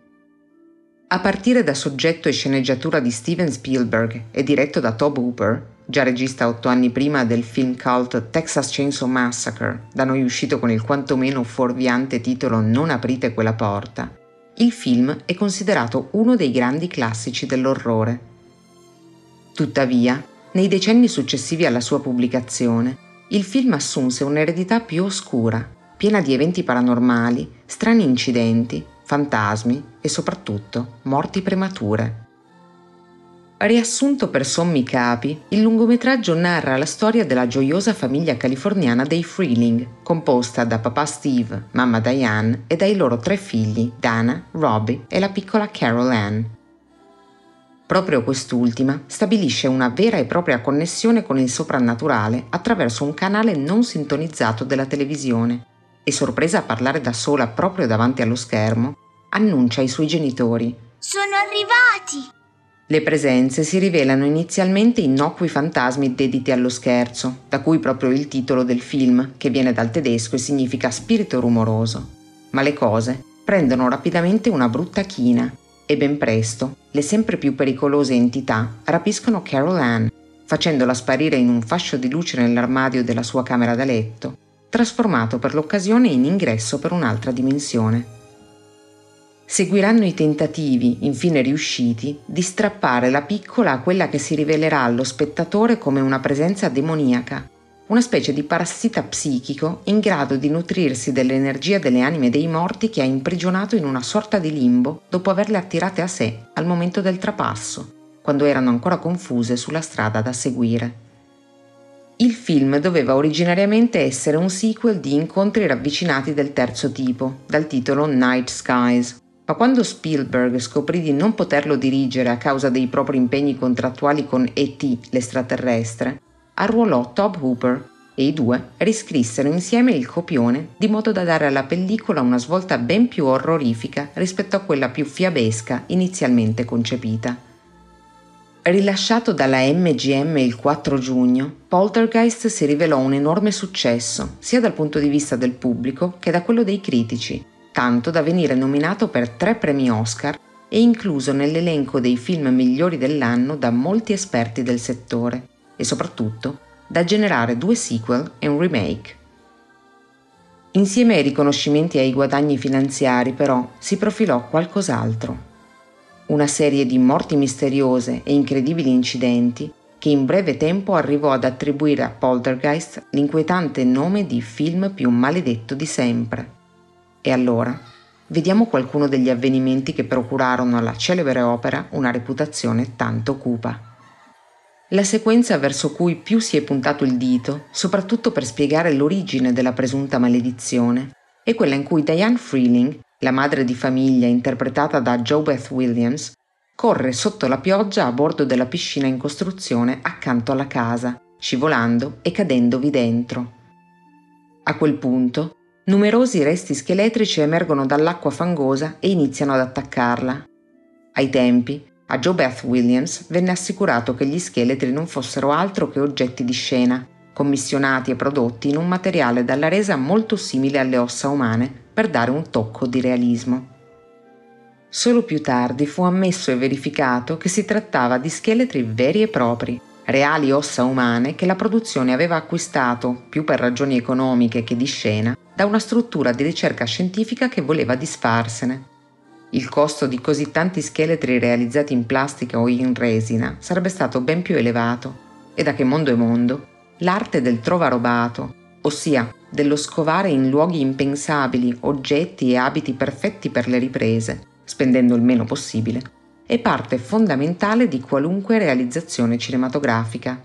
A partire da soggetto e sceneggiatura di Steven Spielberg e diretto da Tobe Hooper, già regista 8 anni prima del film cult Texas Chainsaw Massacre, da noi uscito con il quantomeno fuorviante titolo Non aprite quella porta, il film è considerato uno dei grandi classici dell'orrore. Tuttavia, nei decenni successivi alla sua pubblicazione, il film assunse un'eredità più oscura, piena di eventi paranormali, strani incidenti, fantasmi e soprattutto morti premature. Riassunto per sommi capi, il lungometraggio narra la storia della gioiosa famiglia californiana dei Freeling, composta da papà Steve, mamma Diane e dai loro 3 figli, Dana, Robbie e la piccola Carol Ann. Proprio quest'ultima stabilisce una vera e propria connessione con il soprannaturale attraverso un canale non sintonizzato della televisione e, sorpresa a parlare da sola proprio davanti allo schermo, annuncia ai suoi genitori: Sono arrivati! Le presenze si rivelano inizialmente innocui fantasmi dediti allo scherzo, da cui proprio il titolo del film, che viene dal tedesco e significa spirito rumoroso. Ma le cose prendono rapidamente una brutta china e ben presto le sempre più pericolose entità rapiscono Carol Ann, facendola sparire in un fascio di luce nell'armadio della sua camera da letto, trasformato per l'occasione in ingresso per un'altra dimensione. Seguiranno i tentativi, infine riusciti, di strappare la piccola a quella che si rivelerà allo spettatore come una presenza demoniaca, una specie di parassita psichico in grado di nutrirsi dell'energia delle anime dei morti che ha imprigionato in una sorta di limbo dopo averle attirate a sé al momento del trapasso, quando erano ancora confuse sulla strada da seguire. Il film doveva originariamente essere un sequel di Incontri ravvicinati del terzo tipo, dal titolo Night Skies, ma quando Spielberg scoprì di non poterlo dirigere a causa dei propri impegni contrattuali con E.T., l'estraterrestre, arruolò Tobe Hooper e i due riscrissero insieme il copione di modo da dare alla pellicola una svolta ben più orrorifica rispetto a quella più fiabesca inizialmente concepita. Rilasciato dalla MGM il 4 giugno, Poltergeist si rivelò un enorme successo, sia dal punto di vista del pubblico che da quello dei critici, tanto da venire nominato per 3 premi Oscar e incluso nell'elenco dei film migliori dell'anno da molti esperti del settore, e soprattutto da generare 2 sequel e un remake. Insieme ai riconoscimenti e ai guadagni finanziari, però, si profilò qualcos'altro. Una serie di morti misteriose e incredibili incidenti che in breve tempo arrivò ad attribuire a Poltergeist l'inquietante nome di film più maledetto di sempre. E allora, vediamo qualcuno degli avvenimenti che procurarono alla celebre opera una reputazione tanto cupa. La sequenza verso cui più si è puntato il dito, soprattutto per spiegare l'origine della presunta maledizione, è quella in cui Diane Freeling, la madre di famiglia interpretata da JoBeth Williams, corre sotto la pioggia a bordo della piscina in costruzione accanto alla casa, scivolando e cadendovi dentro. A quel punto, numerosi resti scheletrici emergono dall'acqua fangosa e iniziano ad attaccarla. Ai tempi, a JoBeth Williams venne assicurato che gli scheletri non fossero altro che oggetti di scena, commissionati e prodotti in un materiale dalla resa molto simile alle ossa umane per dare un tocco di realismo. Solo più tardi fu ammesso e verificato che si trattava di scheletri veri e propri, reali ossa umane che la produzione aveva acquistato, più per ragioni economiche che di scena, da una struttura di ricerca scientifica che voleva disfarsene. Il costo di così tanti scheletri realizzati in plastica o in resina sarebbe stato ben più elevato, e da che mondo è mondo, l'arte del trovarobato, ossia dello scovare in luoghi impensabili oggetti e abiti perfetti per le riprese, spendendo il meno possibile, è parte fondamentale di qualunque realizzazione cinematografica.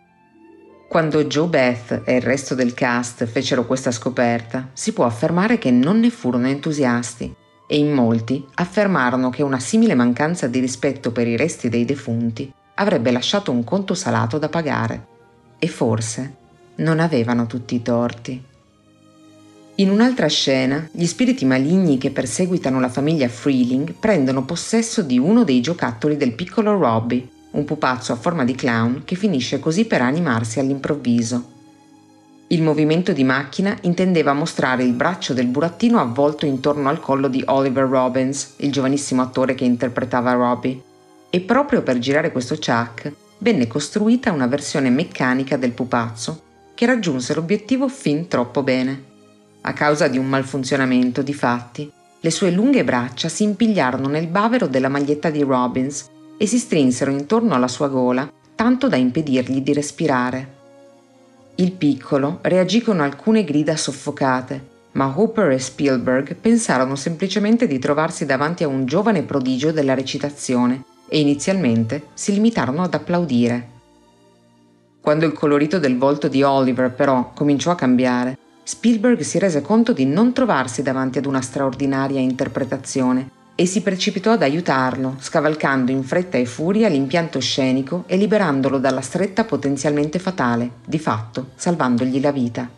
Quando JoBeth e il resto del cast fecero questa scoperta, si può affermare che non ne furono entusiasti, e in molti affermarono che una simile mancanza di rispetto per i resti dei defunti avrebbe lasciato un conto salato da pagare. E forse non avevano tutti i torti. In un'altra scena, gli spiriti maligni che perseguitano la famiglia Freeling prendono possesso di uno dei giocattoli del piccolo Robbie, un pupazzo a forma di clown che finisce così per animarsi all'improvviso. Il movimento di macchina intendeva mostrare il braccio del burattino avvolto intorno al collo di Oliver Robbins, il giovanissimo attore che interpretava Robbie, e proprio per girare questo Chuck venne costruita una versione meccanica del pupazzo che raggiunse l'obiettivo fin troppo bene. A causa di un malfunzionamento, difatti, le sue lunghe braccia si impigliarono nel bavero della maglietta di Robbins e si strinsero intorno alla sua gola tanto da impedirgli di respirare. Il piccolo reagì con alcune grida soffocate, ma Hooper e Spielberg pensarono semplicemente di trovarsi davanti a un giovane prodigio della recitazione e inizialmente si limitarono ad applaudire. Quando il colorito del volto di Oliver però cominciò a cambiare, Spielberg si rese conto di non trovarsi davanti ad una straordinaria interpretazione e si precipitò ad aiutarlo, scavalcando in fretta e furia l'impianto scenico e liberandolo dalla stretta potenzialmente fatale, di fatto salvandogli la vita.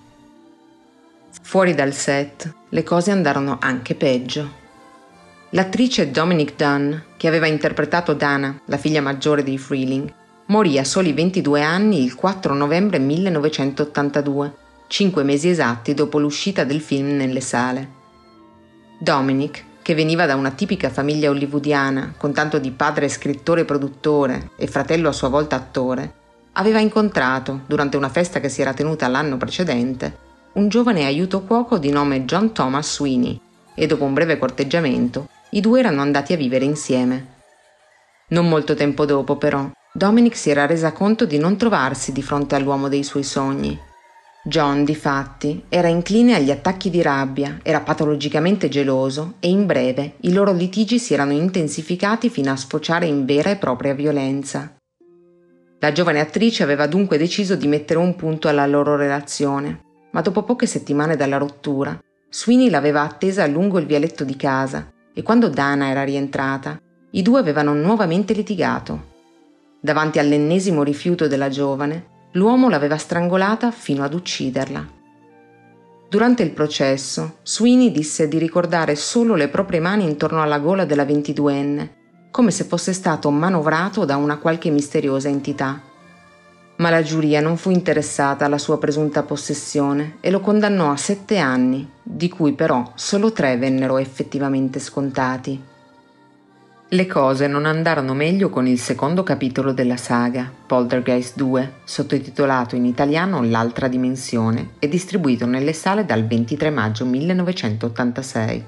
Fuori dal set, le cose andarono anche peggio. L'attrice Dominique Dunn, che aveva interpretato Dana, la figlia maggiore dei Freeling, morì a soli 22 anni il 4 novembre 1982, 5 mesi esatti dopo l'uscita del film nelle sale. Dominic, che veniva da una tipica famiglia hollywoodiana, con tanto di padre scrittore e produttore e fratello a sua volta attore, aveva incontrato, durante una festa che si era tenuta l'anno precedente, un giovane aiuto cuoco di nome John Thomas Sweeney e dopo un breve corteggiamento i due erano andati a vivere insieme. Non molto tempo dopo, però, Dominic si era resa conto di non trovarsi di fronte all'uomo dei suoi sogni. John, difatti, era incline agli attacchi di rabbia, era patologicamente geloso e in breve i loro litigi si erano intensificati fino a sfociare in vera e propria violenza. La giovane attrice aveva dunque deciso di mettere un punto alla loro relazione, ma dopo poche settimane dalla rottura, Sweeney l'aveva attesa lungo il vialetto di casa e quando Dana era rientrata, i due avevano nuovamente litigato. Davanti all'ennesimo rifiuto della giovane, l'uomo l'aveva strangolata fino ad ucciderla. Durante il processo, Sweeney disse di ricordare solo le proprie mani intorno alla gola della 22enne, come se fosse stato manovrato da una qualche misteriosa entità. Ma la giuria non fu interessata alla sua presunta possessione e lo condannò a 7 anni, di cui però solo 3 vennero effettivamente scontati. Le cose non andarono meglio con il secondo capitolo della saga, Poltergeist 2, sottotitolato in italiano L'altra dimensione e distribuito nelle sale dal 23 maggio 1986.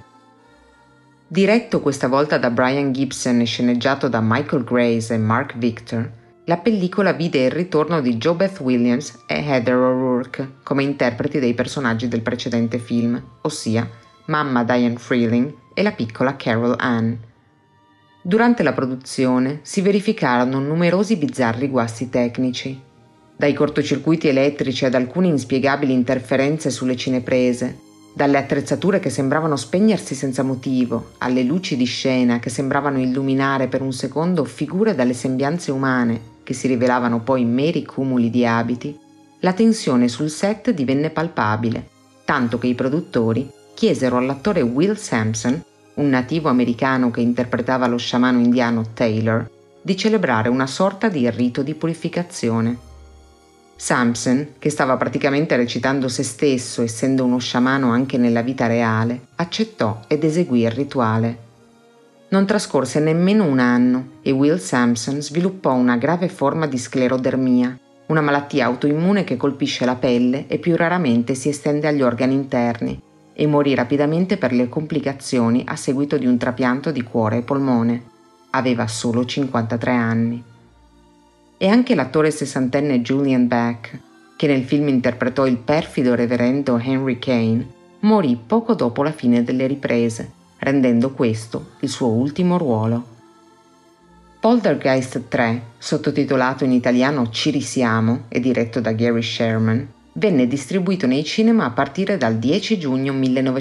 Diretto questa volta da Brian Gibson e sceneggiato da Michael Grace e Mark Victor, la pellicola vide il ritorno di JoBeth Williams e Heather O'Rourke come interpreti dei personaggi del precedente film, ossia mamma Diane Freeling e la piccola Carol Ann. Durante la produzione si verificarono numerosi bizzarri guasti tecnici, dai cortocircuiti elettrici ad alcune inspiegabili interferenze sulle cineprese, dalle attrezzature che sembravano spegnersi senza motivo, alle luci di scena che sembravano illuminare per un secondo figure dalle sembianze umane, che si rivelavano poi meri cumuli di abiti, la tensione sul set divenne palpabile, tanto che i produttori chiesero all'attore Will Sampson, un nativo americano che interpretava lo sciamano indiano Taylor, di celebrare una sorta di rito di purificazione. Sampson, che stava praticamente recitando se stesso essendo uno sciamano anche nella vita reale, accettò ed eseguì il rituale. Non trascorse nemmeno un anno e Will Sampson sviluppò una grave forma di sclerodermia, una malattia autoimmune che colpisce la pelle e più raramente si estende agli organi interni, e morì rapidamente per le complicazioni a seguito di un trapianto di cuore e polmone. Aveva solo 53 anni. E anche l'attore sessantenne Julian Beck, che nel film interpretò il perfido reverendo Henry Kane, morì poco dopo la fine delle riprese, rendendo questo il suo ultimo ruolo. Poltergeist 3, sottotitolato in italiano Ci risiamo e diretto da Gary Sherman, venne distribuito nei cinema a partire dal 10 giugno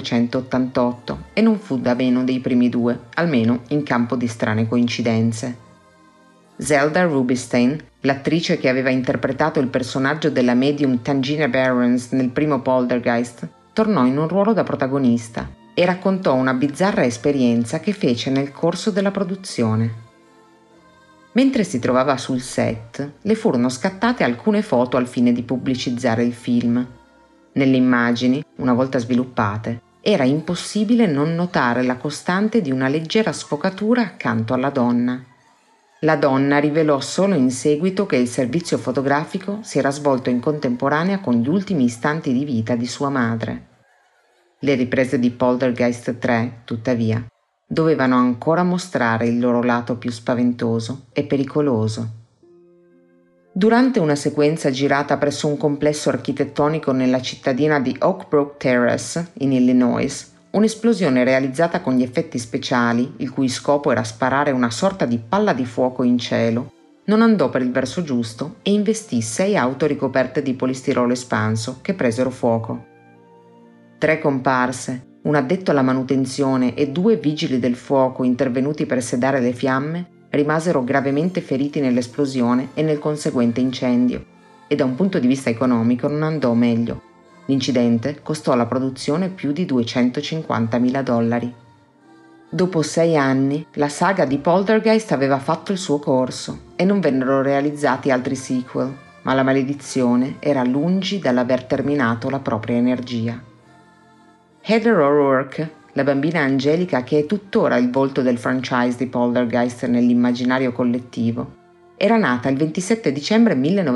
1988 e non fu da meno dei primi 2, almeno in campo di strane coincidenze. Zelda Rubinstein, l'attrice che aveva interpretato il personaggio della medium Tangina Barrons nel primo Poltergeist, tornò in un ruolo da protagonista e raccontò una bizzarra esperienza che fece nel corso della produzione. Mentre si trovava sul set, le furono scattate alcune foto al fine di pubblicizzare il film. Nelle immagini, una volta sviluppate, era impossibile non notare la costante di una leggera sfocatura accanto alla donna. La donna rivelò solo in seguito che il servizio fotografico si era svolto in contemporanea con gli ultimi istanti di vita di sua madre. Le riprese di Poltergeist 3, tuttavia, dovevano ancora mostrare il loro lato più spaventoso e pericoloso. Durante una sequenza girata presso un complesso architettonico nella cittadina di Oak Brook Terrace, in Illinois, un'esplosione realizzata con gli effetti speciali, il cui scopo era sparare una sorta di palla di fuoco in cielo, non andò per il verso giusto e investì 6 auto ricoperte di polistirolo espanso che presero fuoco. 3 comparse, un addetto alla manutenzione e 2 vigili del fuoco intervenuti per sedare le fiamme rimasero gravemente feriti nell'esplosione e nel conseguente incendio, e da un punto di vista economico non andò meglio. L'incidente costò alla produzione più di $250.000. Dopo 6 anni, la saga di Poltergeist aveva fatto il suo corso e non vennero realizzati altri sequel, ma la maledizione era lungi dall'aver terminato la propria energia. Heather O'Rourke, la bambina angelica che è tuttora il volto del franchise di Poltergeist nell'immaginario collettivo, era nata il 27 dicembre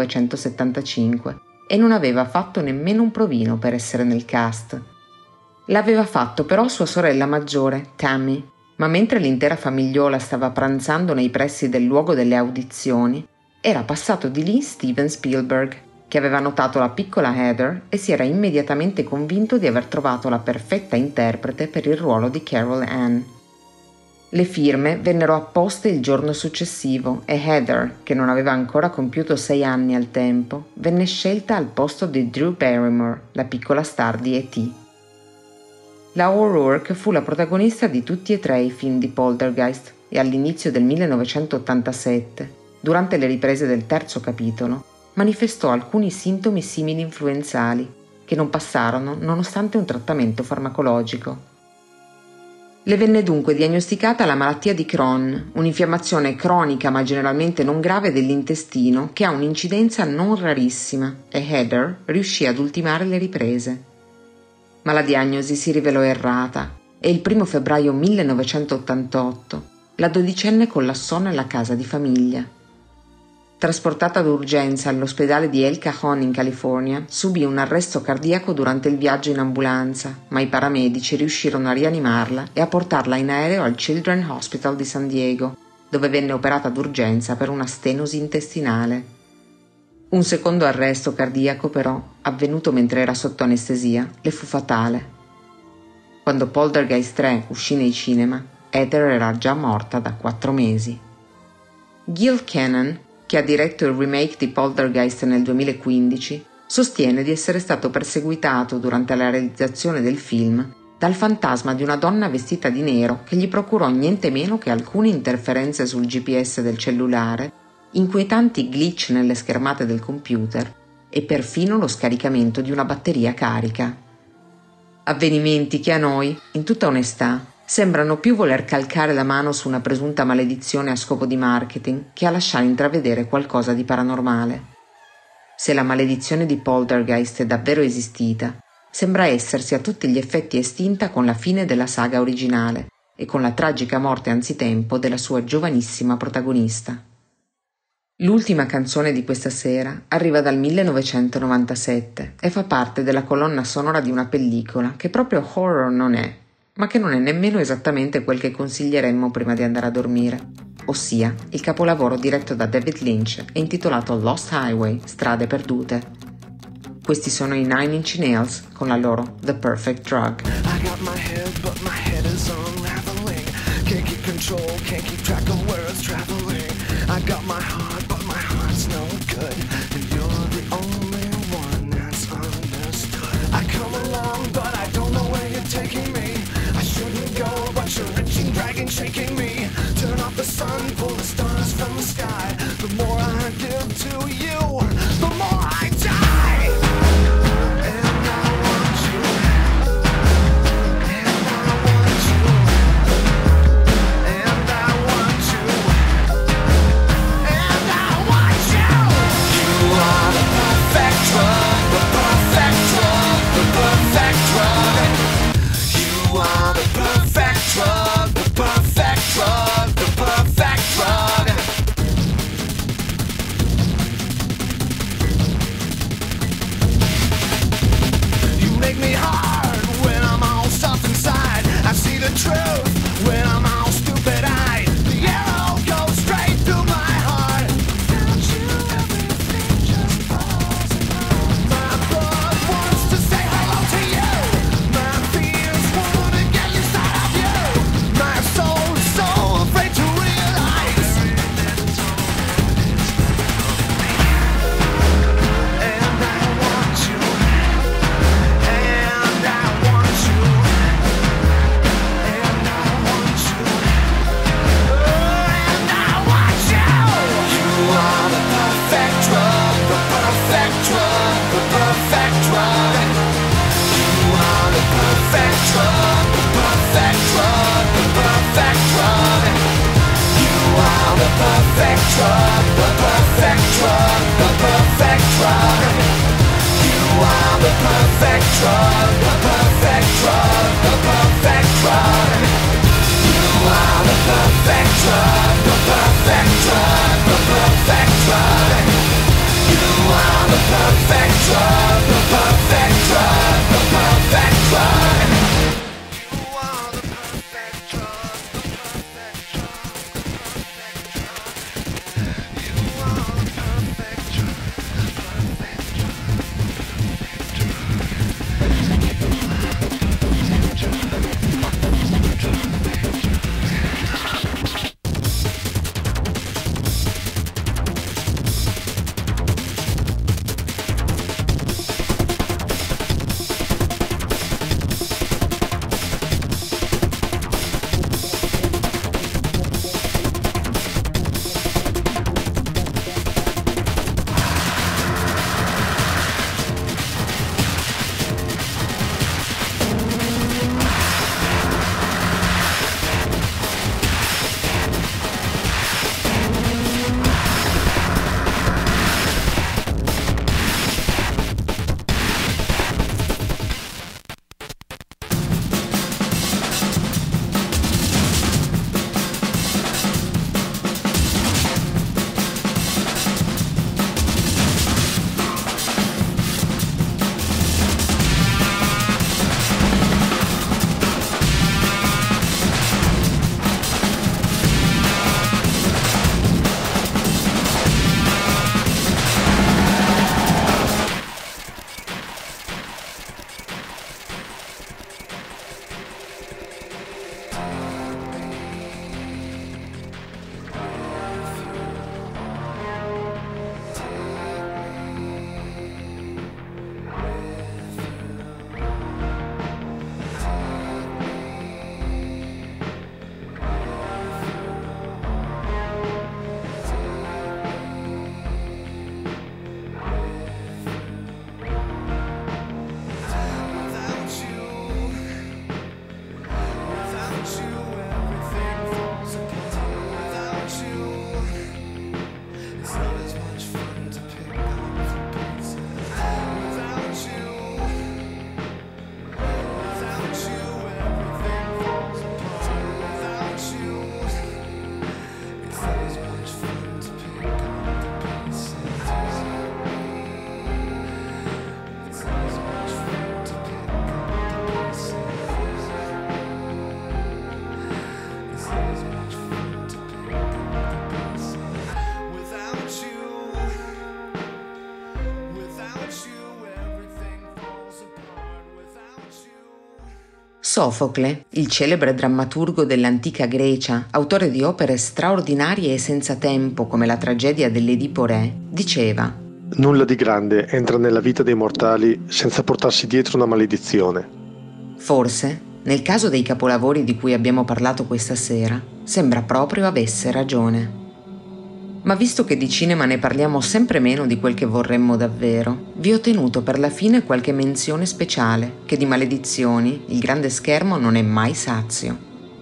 1975 e non aveva fatto nemmeno un provino per essere nel cast. L'aveva fatto però sua sorella maggiore, Tammy, ma mentre l'intera famigliola stava pranzando nei pressi del luogo delle audizioni, era passato di lì Steven Spielberg, che aveva notato la piccola Heather e si era immediatamente convinto di aver trovato la perfetta interprete per il ruolo di Carol Ann. Le firme vennero apposte il giorno successivo e Heather, che non aveva ancora compiuto 6 anni al tempo, venne scelta al posto di Drew Barrymore, la piccola star di E.T. La O'Rourke fu la protagonista di tutti e 3 i film di Poltergeist e all'inizio del 1987, durante le riprese del 3° capitolo, manifestò alcuni sintomi simili influenzali che non passarono nonostante un trattamento farmacologico. Le venne dunque diagnosticata la malattia di Crohn, un'infiammazione cronica ma generalmente non grave dell'intestino che ha un'incidenza non rarissima, e Heather riuscì ad ultimare le riprese. Ma la diagnosi si rivelò errata e il 1 febbraio 1988 la 12enne collassò nella casa di famiglia. Trasportata d'urgenza all'ospedale di El Cajon in California, subì un arresto cardiaco durante il viaggio in ambulanza, ma i paramedici riuscirono a rianimarla e a portarla in aereo al Children's Hospital di San Diego, dove venne operata d'urgenza per una stenosi intestinale. Un secondo arresto cardiaco, però, avvenuto mentre era sotto anestesia, le fu fatale. Quando Poltergeist 3 uscì nei cinema, Heather era già morta da 4 mesi. Gil Kenan, che ha diretto il remake di Poltergeist nel 2015, sostiene di essere stato perseguitato durante la realizzazione del film dal fantasma di una donna vestita di nero che gli procurò niente meno che alcune interferenze sul GPS del cellulare, inquietanti glitch nelle schermate del computer e perfino lo scaricamento di una batteria carica. Avvenimenti che a noi, in tutta onestà, sembrano più voler calcare la mano su una presunta maledizione a scopo di marketing che a lasciare intravedere qualcosa di paranormale. Se la maledizione di Poltergeist è davvero esistita, sembra essersi a tutti gli effetti estinta con la fine della saga originale e con la tragica morte anzitempo della sua giovanissima protagonista. L'ultima canzone di questa sera arriva dal 1997 e fa parte della colonna sonora di una pellicola che proprio horror non è, ma che non è nemmeno esattamente quel che consiglieremmo prima di andare a dormire, ossia il capolavoro diretto da David Lynch e intitolato Lost Highway, Strade Perdute. Questi sono i Nine Inch Nails con la loro The Perfect Drug. I got my head, but my head is unraveling. Can't keep control, can't keep track of where it's traveling. I got my heart, but my heart's no good. And you're the only one that's understood. I come along, but I don't know where you're taking me. Shouldn't go, but you're reaching, dragging, shaking me. Turn off the sun, pull the stars from the sky. The more I give to you, the more I die. And I want you Sofocle, il celebre drammaturgo dell'antica Grecia, autore di opere straordinarie e senza tempo come la tragedia dell'Edipo Re, diceva: Nulla di grande entra nella vita dei mortali senza portarsi dietro una maledizione. Forse, nel caso dei capolavori di cui abbiamo parlato questa sera, sembra proprio avesse ragione. Ma visto che di cinema ne parliamo sempre meno di quel che vorremmo davvero, vi ho tenuto per la fine qualche menzione speciale, che di maledizioni il grande schermo non è mai sazio.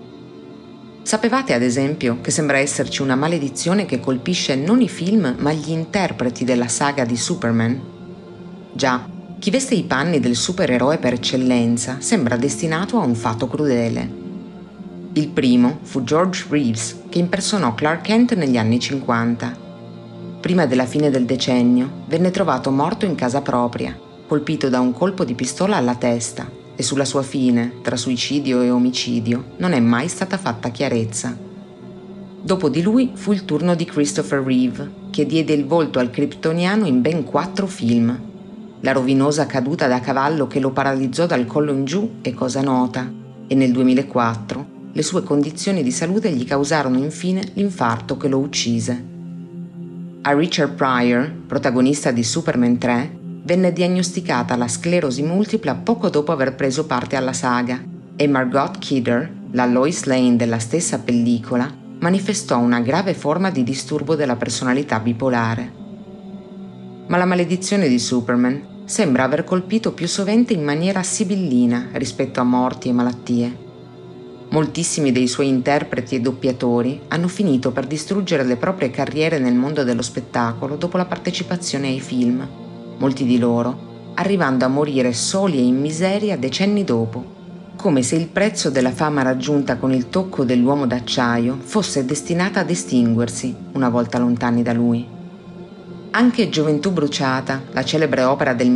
Sapevate ad esempio che sembra esserci una maledizione che colpisce non i film ma gli interpreti della saga di Superman? Già, chi veste i panni del supereroe per eccellenza sembra destinato a un fato crudele. Il primo fu George Reeves, che impersonò Clark Kent negli anni 50. Prima della fine del decennio, venne trovato morto in casa propria, colpito da un colpo di pistola alla testa, e sulla sua fine, tra suicidio e omicidio, non è mai stata fatta chiarezza. Dopo di lui fu il turno di Christopher Reeve, che diede il volto al kryptoniano in ben 4 film. La rovinosa caduta da cavallo che lo paralizzò dal collo in giù è cosa nota, e nel 2004 le sue condizioni di salute gli causarono infine l'infarto che lo uccise. A Richard Pryor, protagonista di Superman 3, venne diagnosticata la sclerosi multipla poco dopo aver preso parte alla saga e Margot Kidder, la Lois Lane della stessa pellicola, manifestò una grave forma di disturbo della personalità bipolare. Ma la maledizione di Superman sembra aver colpito più sovente in maniera sibillina rispetto a morti e malattie. Moltissimi dei suoi interpreti e doppiatori hanno finito per distruggere le proprie carriere nel mondo dello spettacolo dopo la partecipazione ai film, molti di loro arrivando a morire soli e in miseria decenni dopo, come se il prezzo della fama raggiunta con il tocco dell'uomo d'acciaio fosse destinata ad estinguersi una volta lontani da lui. Anche Gioventù bruciata, la celebre opera del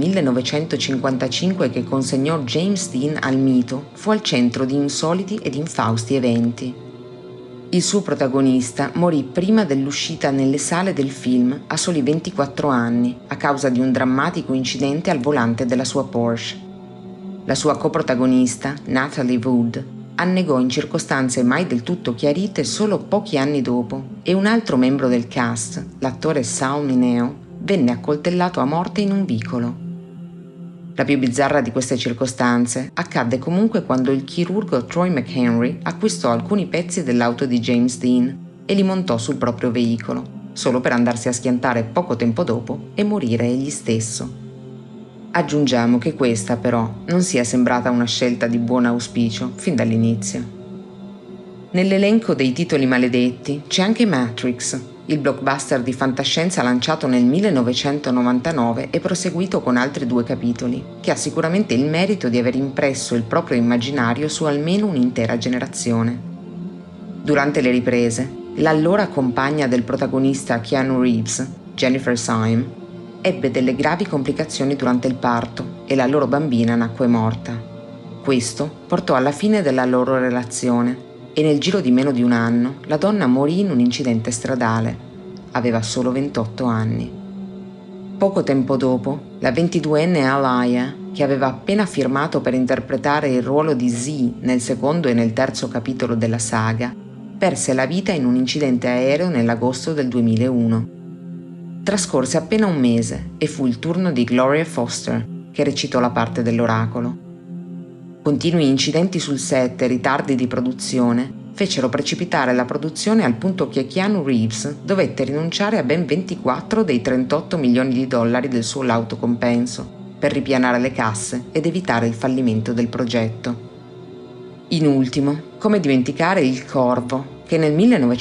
1955 che consegnò James Dean al mito, fu al centro di insoliti ed infausti eventi. Il suo protagonista morì prima dell'uscita nelle sale del film a soli 24 anni a causa di un drammatico incidente al volante della sua Porsche. La sua coprotagonista, Natalie Wood, annegò in circostanze mai del tutto chiarite solo pochi anni dopo e un altro membro del cast, l'attore Sal Mineo, venne accoltellato a morte in un vicolo. La più bizzarra di queste circostanze accadde comunque quando il chirurgo Troy McHenry acquistò alcuni pezzi dell'auto di James Dean e li montò sul proprio veicolo, solo per andarsi a schiantare poco tempo dopo e morire egli stesso. Aggiungiamo che questa, però, non sia sembrata una scelta di buon auspicio fin dall'inizio. Nell'elenco dei titoli maledetti c'è anche Matrix, il blockbuster di fantascienza lanciato nel 1999 e proseguito con altri 2 capitoli, che ha sicuramente il merito di aver impresso il proprio immaginario su almeno un'intera generazione. Durante le riprese, l'allora compagna del protagonista Keanu Reeves, Jennifer Syme, ebbe delle gravi complicazioni durante il parto e la loro bambina nacque morta. Questo portò alla fine della loro relazione e nel giro di meno di un anno la donna morì in un incidente stradale. Aveva solo 28 anni. Poco tempo dopo, la 22enne Alaya, che aveva appena firmato per interpretare il ruolo di Z nel secondo e nel terzo capitolo della saga, perse la vita in un incidente aereo nell'agosto del 2001. Trascorse appena un mese e fu il turno di Gloria Foster, che recitò la parte dell'oracolo. Continui incidenti sul set e ritardi di produzione fecero precipitare la produzione al punto che Keanu Reeves dovette rinunciare a ben 24 dei 38 milioni di dollari del suo lauto compenso per ripianare le casse ed evitare il fallimento del progetto. In ultimo, come dimenticare Il Corvo, che nel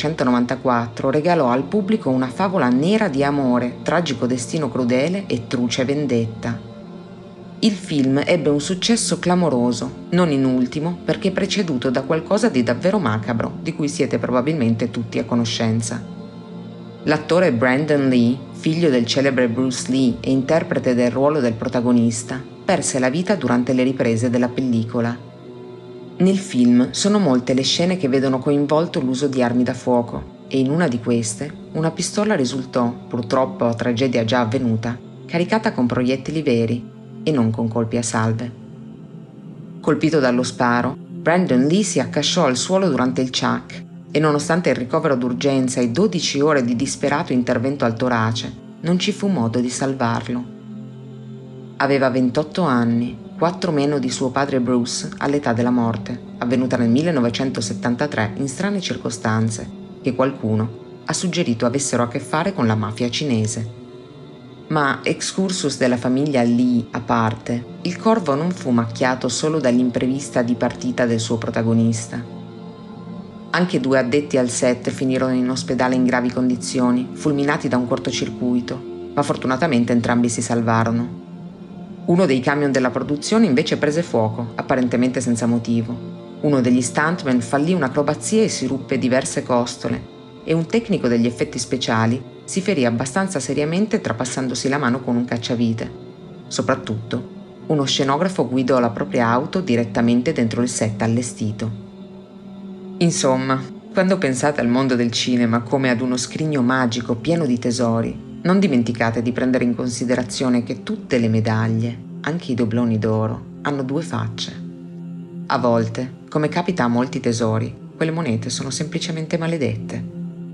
1994 regalò al pubblico una favola nera di amore, tragico destino crudele e truce vendetta. Il film ebbe un successo clamoroso, non in ultimo perché preceduto da qualcosa di davvero macabro, di cui siete probabilmente tutti a conoscenza. L'attore Brandon Lee, figlio del celebre Bruce Lee e interprete del ruolo del protagonista, perse la vita durante le riprese della pellicola. Nel film sono molte le scene che vedono coinvolto l'uso di armi da fuoco e in una di queste una pistola risultò, purtroppo a tragedia già avvenuta, caricata con proiettili veri e non con colpi a salve. Colpito dallo sparo, Brandon Lee si accasciò al suolo durante il ciak e nonostante il ricovero d'urgenza e 12 ore di disperato intervento al torace, non ci fu modo di salvarlo. Aveva 28 anni, 4 meno di suo padre Bruce all'età della morte, avvenuta nel 1973 in strane circostanze, che qualcuno ha suggerito avessero a che fare con la mafia cinese. Ma, excursus della famiglia Lee a parte, Il Corvo non fu macchiato solo dall'imprevista dipartita del suo protagonista. Anche 2 addetti al set finirono in ospedale in gravi condizioni, fulminati da un cortocircuito, ma fortunatamente entrambi si salvarono. Uno dei camion della produzione invece prese fuoco, apparentemente senza motivo. Uno degli stuntman fallì un'acrobazia e si ruppe diverse costole, e un tecnico degli effetti speciali si ferì abbastanza seriamente trapassandosi la mano con un cacciavite. Soprattutto, uno scenografo guidò la propria auto direttamente dentro il set allestito. Insomma, quando pensate al mondo del cinema come ad uno scrigno magico pieno di tesori, non dimenticate di prendere in considerazione che tutte le medaglie, anche i dobloni d'oro, hanno 2 facce. A volte, come capita a molti tesori, quelle monete sono semplicemente maledette.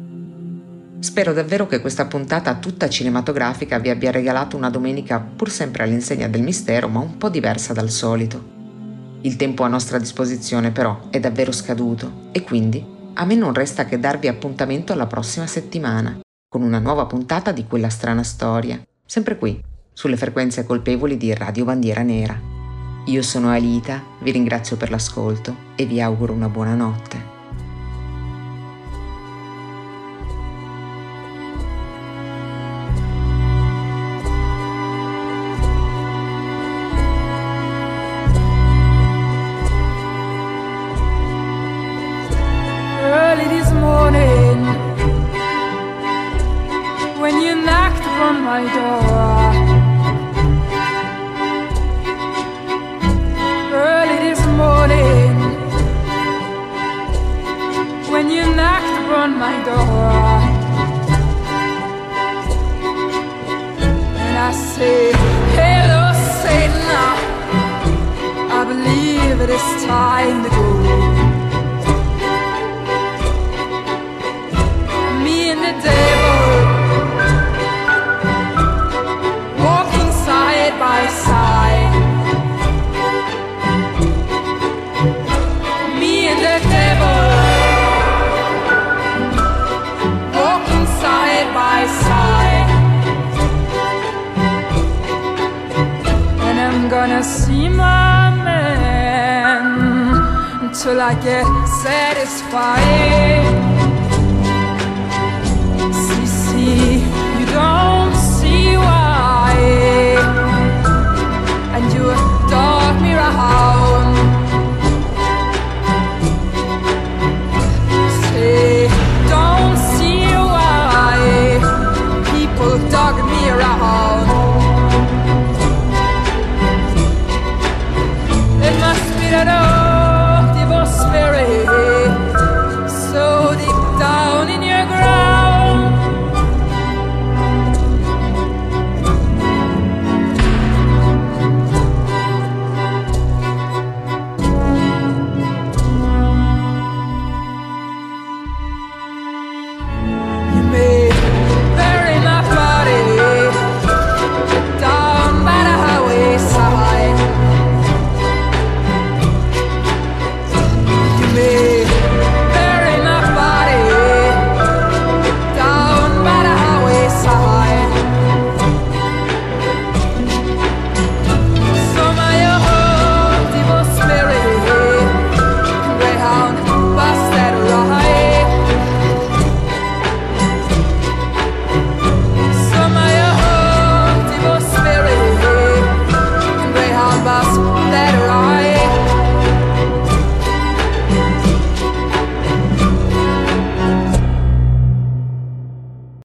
Spero davvero che questa puntata tutta cinematografica vi abbia regalato una domenica pur sempre all'insegna del mistero, ma un po' diversa dal solito. Il tempo a nostra disposizione però è davvero scaduto e quindi a me non resta che darvi appuntamento alla prossima settimana con una nuova puntata di Quella strana storia, sempre qui, sulle frequenze colpevoli di Radio Bandiera Nera. Io sono Alita, vi ringrazio per l'ascolto e vi auguro una buona notte. my door. Early this morning, when you knocked upon my door, and I say, hello Satan, I believe it is time to go. Me and the devil walking side by side. Me and the devil walking side by side. And I'm gonna see my man until I get satisfied. See